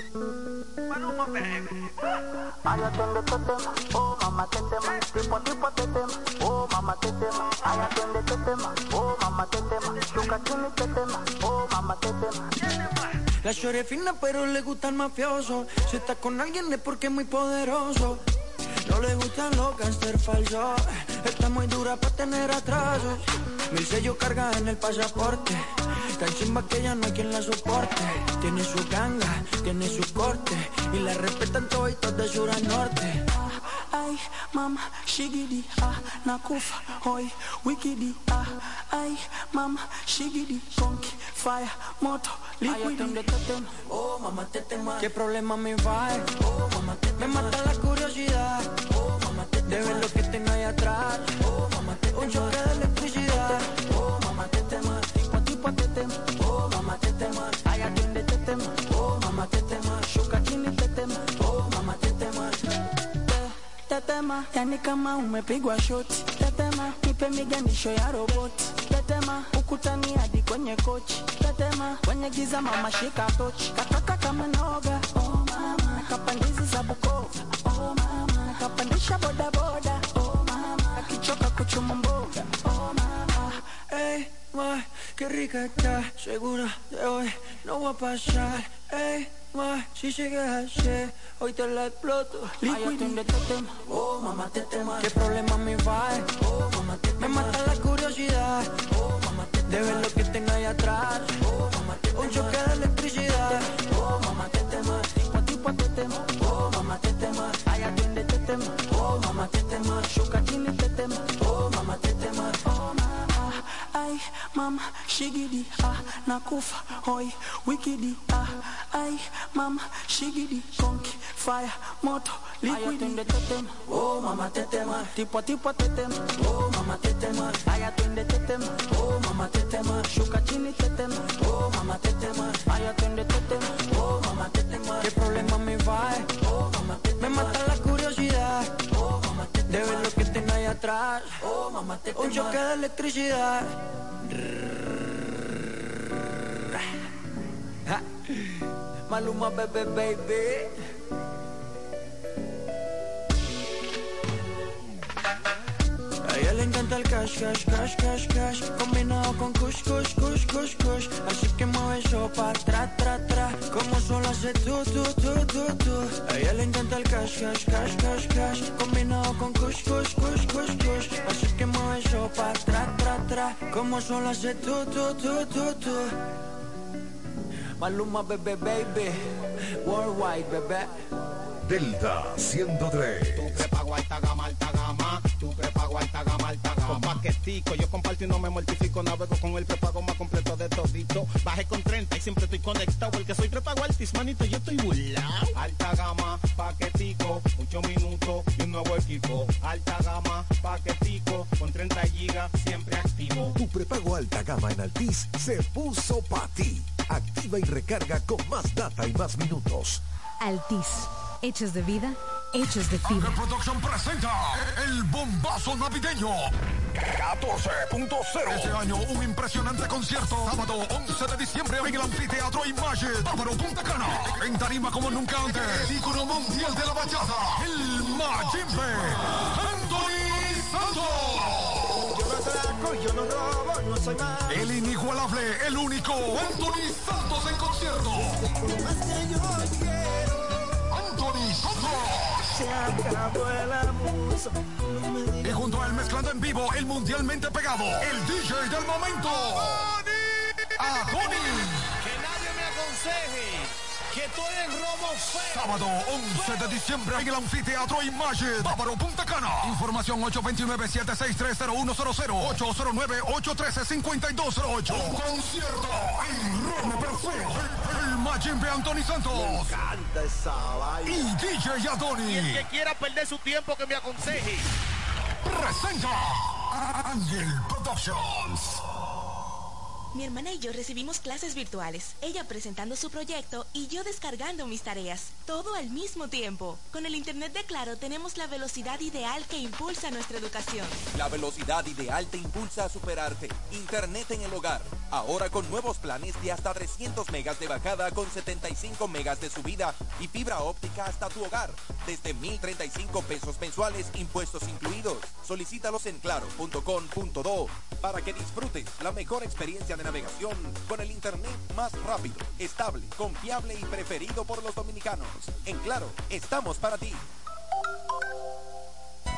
Ay, atiende este tema, oh mamá, te tema, tipo tipo te tema, oh mamá, te tema. Ay, atiende este tema, oh mamá, te tema, chucachini te tema, oh mamá, te tema. La shorty es fina pero le gusta el mafioso. Si está con alguien es porque es muy poderoso. No le gusta tan loca en ser falso. Está muy dura para tener atrasos. Mil sellos carga en el pasaporte. Tan chimba que ya no hay quien la soporte. Tiene su ganga, tiene su corte. Y la respetan toditos de sur a norte. Ay, mama, shigidi, ah, nakufa, hoy, wikidi, ah, ay, mama, shigidi, conky, fire, moto, liquidi. Oh, mamá, te tema. ¿Qué problema me va? Oh, mamá, te me mata la curiosidad. Oh, mamá, te de ver lo que tengo ahí atrás. Oh, mamá, te un choque de electricidad. Oh, mamá, te tema. Tipo a tipo te tema. Oh, mamá, te tema. Ay, atiende, te tema. Oh, mamá, te tema. Shuka chini, te tema. Oh, mamá, te tema. Tetema, yani kama umepigwa shoti. Tetema, nipe miganisho ya roboti. Tetema, ukutani hadi kwenye kochi. Tetema, kwenye giza mama shika tochi. Kataka kama noga, oh mama. Nakapandizi za Bukova, oh mama. Nakapandisha boda boda, oh mama. Akichoka kuchuma mboga, oh mama. Ey, ma, qué rica está. Segura de hoy no va a pasar. Ey, ma, si llegas ayer, hoy te la exploto. Liquid, oh mamá te tema. ¿Qué problema me va? Oh mamá te tema. Me mata la curiosidad. Oh mamá te tema. De ver lo que tengo ahí atrás. Oh mamá te tema. Un choque de electricidad. Oh mamá te tema. Tipo a tipo te tema. Oh mamá te tema. Ay, atiende te tema. Oh mamá te tema. Shuka chini te tema. Oh mamá te tema. Oh mamá. Ay, mama, shigidi, ah, nakufa, hoy, wikidi, ah, ay, mama, shigidi, conky, fire, moto, liquidi. Oh, mama, te tema, tipo a tipo te tema. Oh, mama, te tema, ay, atiende te tema. Oh, mama, te tema, shuka chini te tema. Oh, mama, te tema, ay, atiende te tema. Oh, mama, te tema. ¿Qué problema me va? Oh, mama, te tema. Me mata la curiosidad. Oh, mama, te tema. De ver lo que tengo ahí atrás. Oh, mama, te tema. Un choque de electricidad. Maluma, bebé, baby. A ella le encanta el cash, cash, cash, cash, cash. Combinado con kush, kush, kush, kush, kush. Así que mueve eso pa' tra, tra, tra. Como solo hace tú, tú, tú, tú, tú. A ella le encanta el cash, cash, cash, cash, cash. Combinado con kush, kush, kush, kush, kush. Así que mueve eso pa' tra, tra, tra. Como solo hace tú, tú, tú, tú, tú. Maluma, bebé, baby. Worldwide, bebé. Delta ciento tres. Tu prepago alta gama, alta gama. Tu prepago alta gama, alta gama. Con paquetico, yo comparto y no me mortifico. Navego con el prepago más completo de todito. Bajé con treinta y siempre estoy conectado. El que soy prepago altis, manito, yo estoy burlao. Alta gama, paquetico, ocho minutos y un nuevo equipo. Alta gama, paquetico, con treinta gigas, siempre activo. Tu prepago alta gama en Altis se puso pa' ti. Activa y recarga con más data y más minutos. Altis. Hechos de vida, hechos de fibra. Ángel Production presenta el bombazo navideño catorce punto cero. Este año un impresionante concierto. Sábado once de diciembre en el Anfiteatro Imagine, Bávaro, Punta Cana. En tarima como nunca antes. El ícono mundial de la bachata, el Mayimbe, Anthony Santos. Yo no trago, yo no robo, no soy más. El inigualable, el único Anthony Santos en concierto. Más que yo quiero. Anthony Santos. Se acabó el abuso. No y junto a él mezclando en vivo el mundialmente pegado, el D J del momento, Adoni. Que nadie me aconseje que tú eres robo feo. Sábado once de diciembre en el Anfiteatro Imagine, Bávaro, Punta Cana. Información ocho dos nueve, siete seis tres, cero uno cero cero, ocho cero nueve, ocho uno tres, cinco dos cero ocho. Un concierto en Roma Perfecto. El Mayimbe Anthony Santos. Me encanta esa vaina. Y D J Adoni. Y el que quiera perder su tiempo que me aconseje. Presenta Ángel Productions. Mi hermana y yo recibimos clases virtuales, ella presentando su proyecto y yo descargando mis tareas, todo al mismo tiempo. Con el internet de Claro tenemos la velocidad ideal que impulsa nuestra educación. La velocidad ideal te impulsa a superarte. Internet en el hogar, ahora con nuevos planes de hasta trescientos megas de bajada con setenta y cinco megas de subida y fibra óptica hasta tu hogar, desde mil treinta y cinco pesos mensuales, impuestos incluidos. Solicítalos en claro punto com punto do para que disfrutes la mejor experiencia de navegación con el internet más rápido, estable, confiable y preferido por los dominicanos. En Claro, estamos para ti.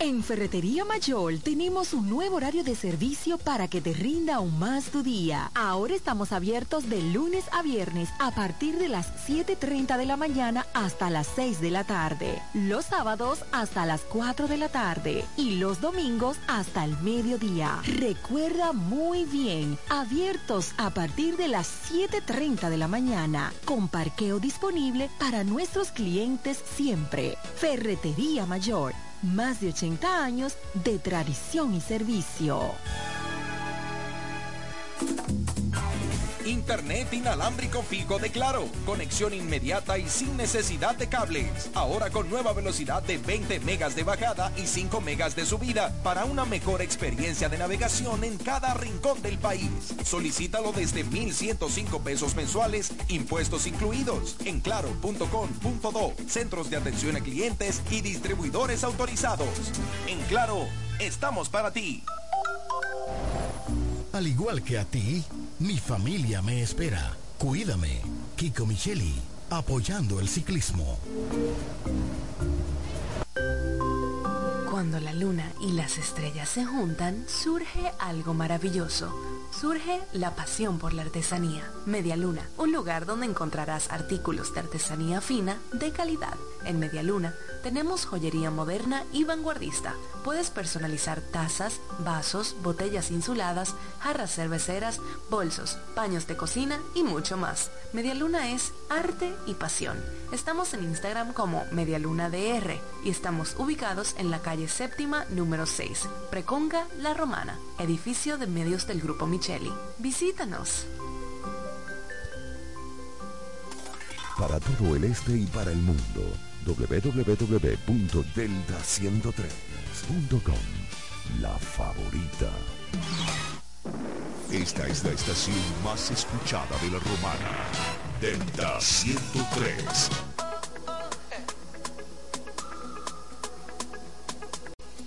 En Ferretería Mayor tenemos un nuevo horario de servicio para que te rinda aún más tu día. Ahora estamos abiertos de lunes a viernes a partir de las siete y treinta de la mañana hasta las seis de la tarde. Los sábados hasta las cuatro de la tarde y los domingos hasta el mediodía. Recuerda muy bien, abiertos a partir de las siete y treinta de la mañana, con parqueo disponible para nuestros clientes siempre. Ferretería Mayor. Más de ochenta años de tradición y servicio. Internet inalámbrico fijo de Claro. Conexión inmediata y sin necesidad de cables. Ahora con nueva velocidad de veinte megas de bajada y cinco megas de subida para una mejor experiencia de navegación en cada rincón del país. Solicítalo desde mil ciento cinco pesos mensuales, impuestos incluidos, en claro punto com punto do, centros de atención a clientes y distribuidores autorizados. En Claro, estamos para ti. Al igual que a ti, mi familia me espera. Cuídame. Kiko Micheli, apoyando el ciclismo. Cuando la luna y las estrellas se juntan, surge algo maravilloso. Surge la pasión por la artesanía. Media Luna, un lugar donde encontrarás artículos de artesanía fina de calidad. En Media Luna tenemos joyería moderna y vanguardista. Puedes personalizar tazas, vasos, botellas insuladas, jarras cerveceras, bolsos, paños de cocina y mucho más. Media Luna es arte y pasión. Estamos en Instagram como Medialuna D R y estamos ubicados en la calle séptima número seis, Preconga La Romana, edificio de medios del Grupo Micheli. Visítanos. Para todo el este y para el mundo, doble u doble u doble u punto delta ciento tres punto com, la favorita. Esta es la estación más escuchada de la Romana, Delta ciento tres.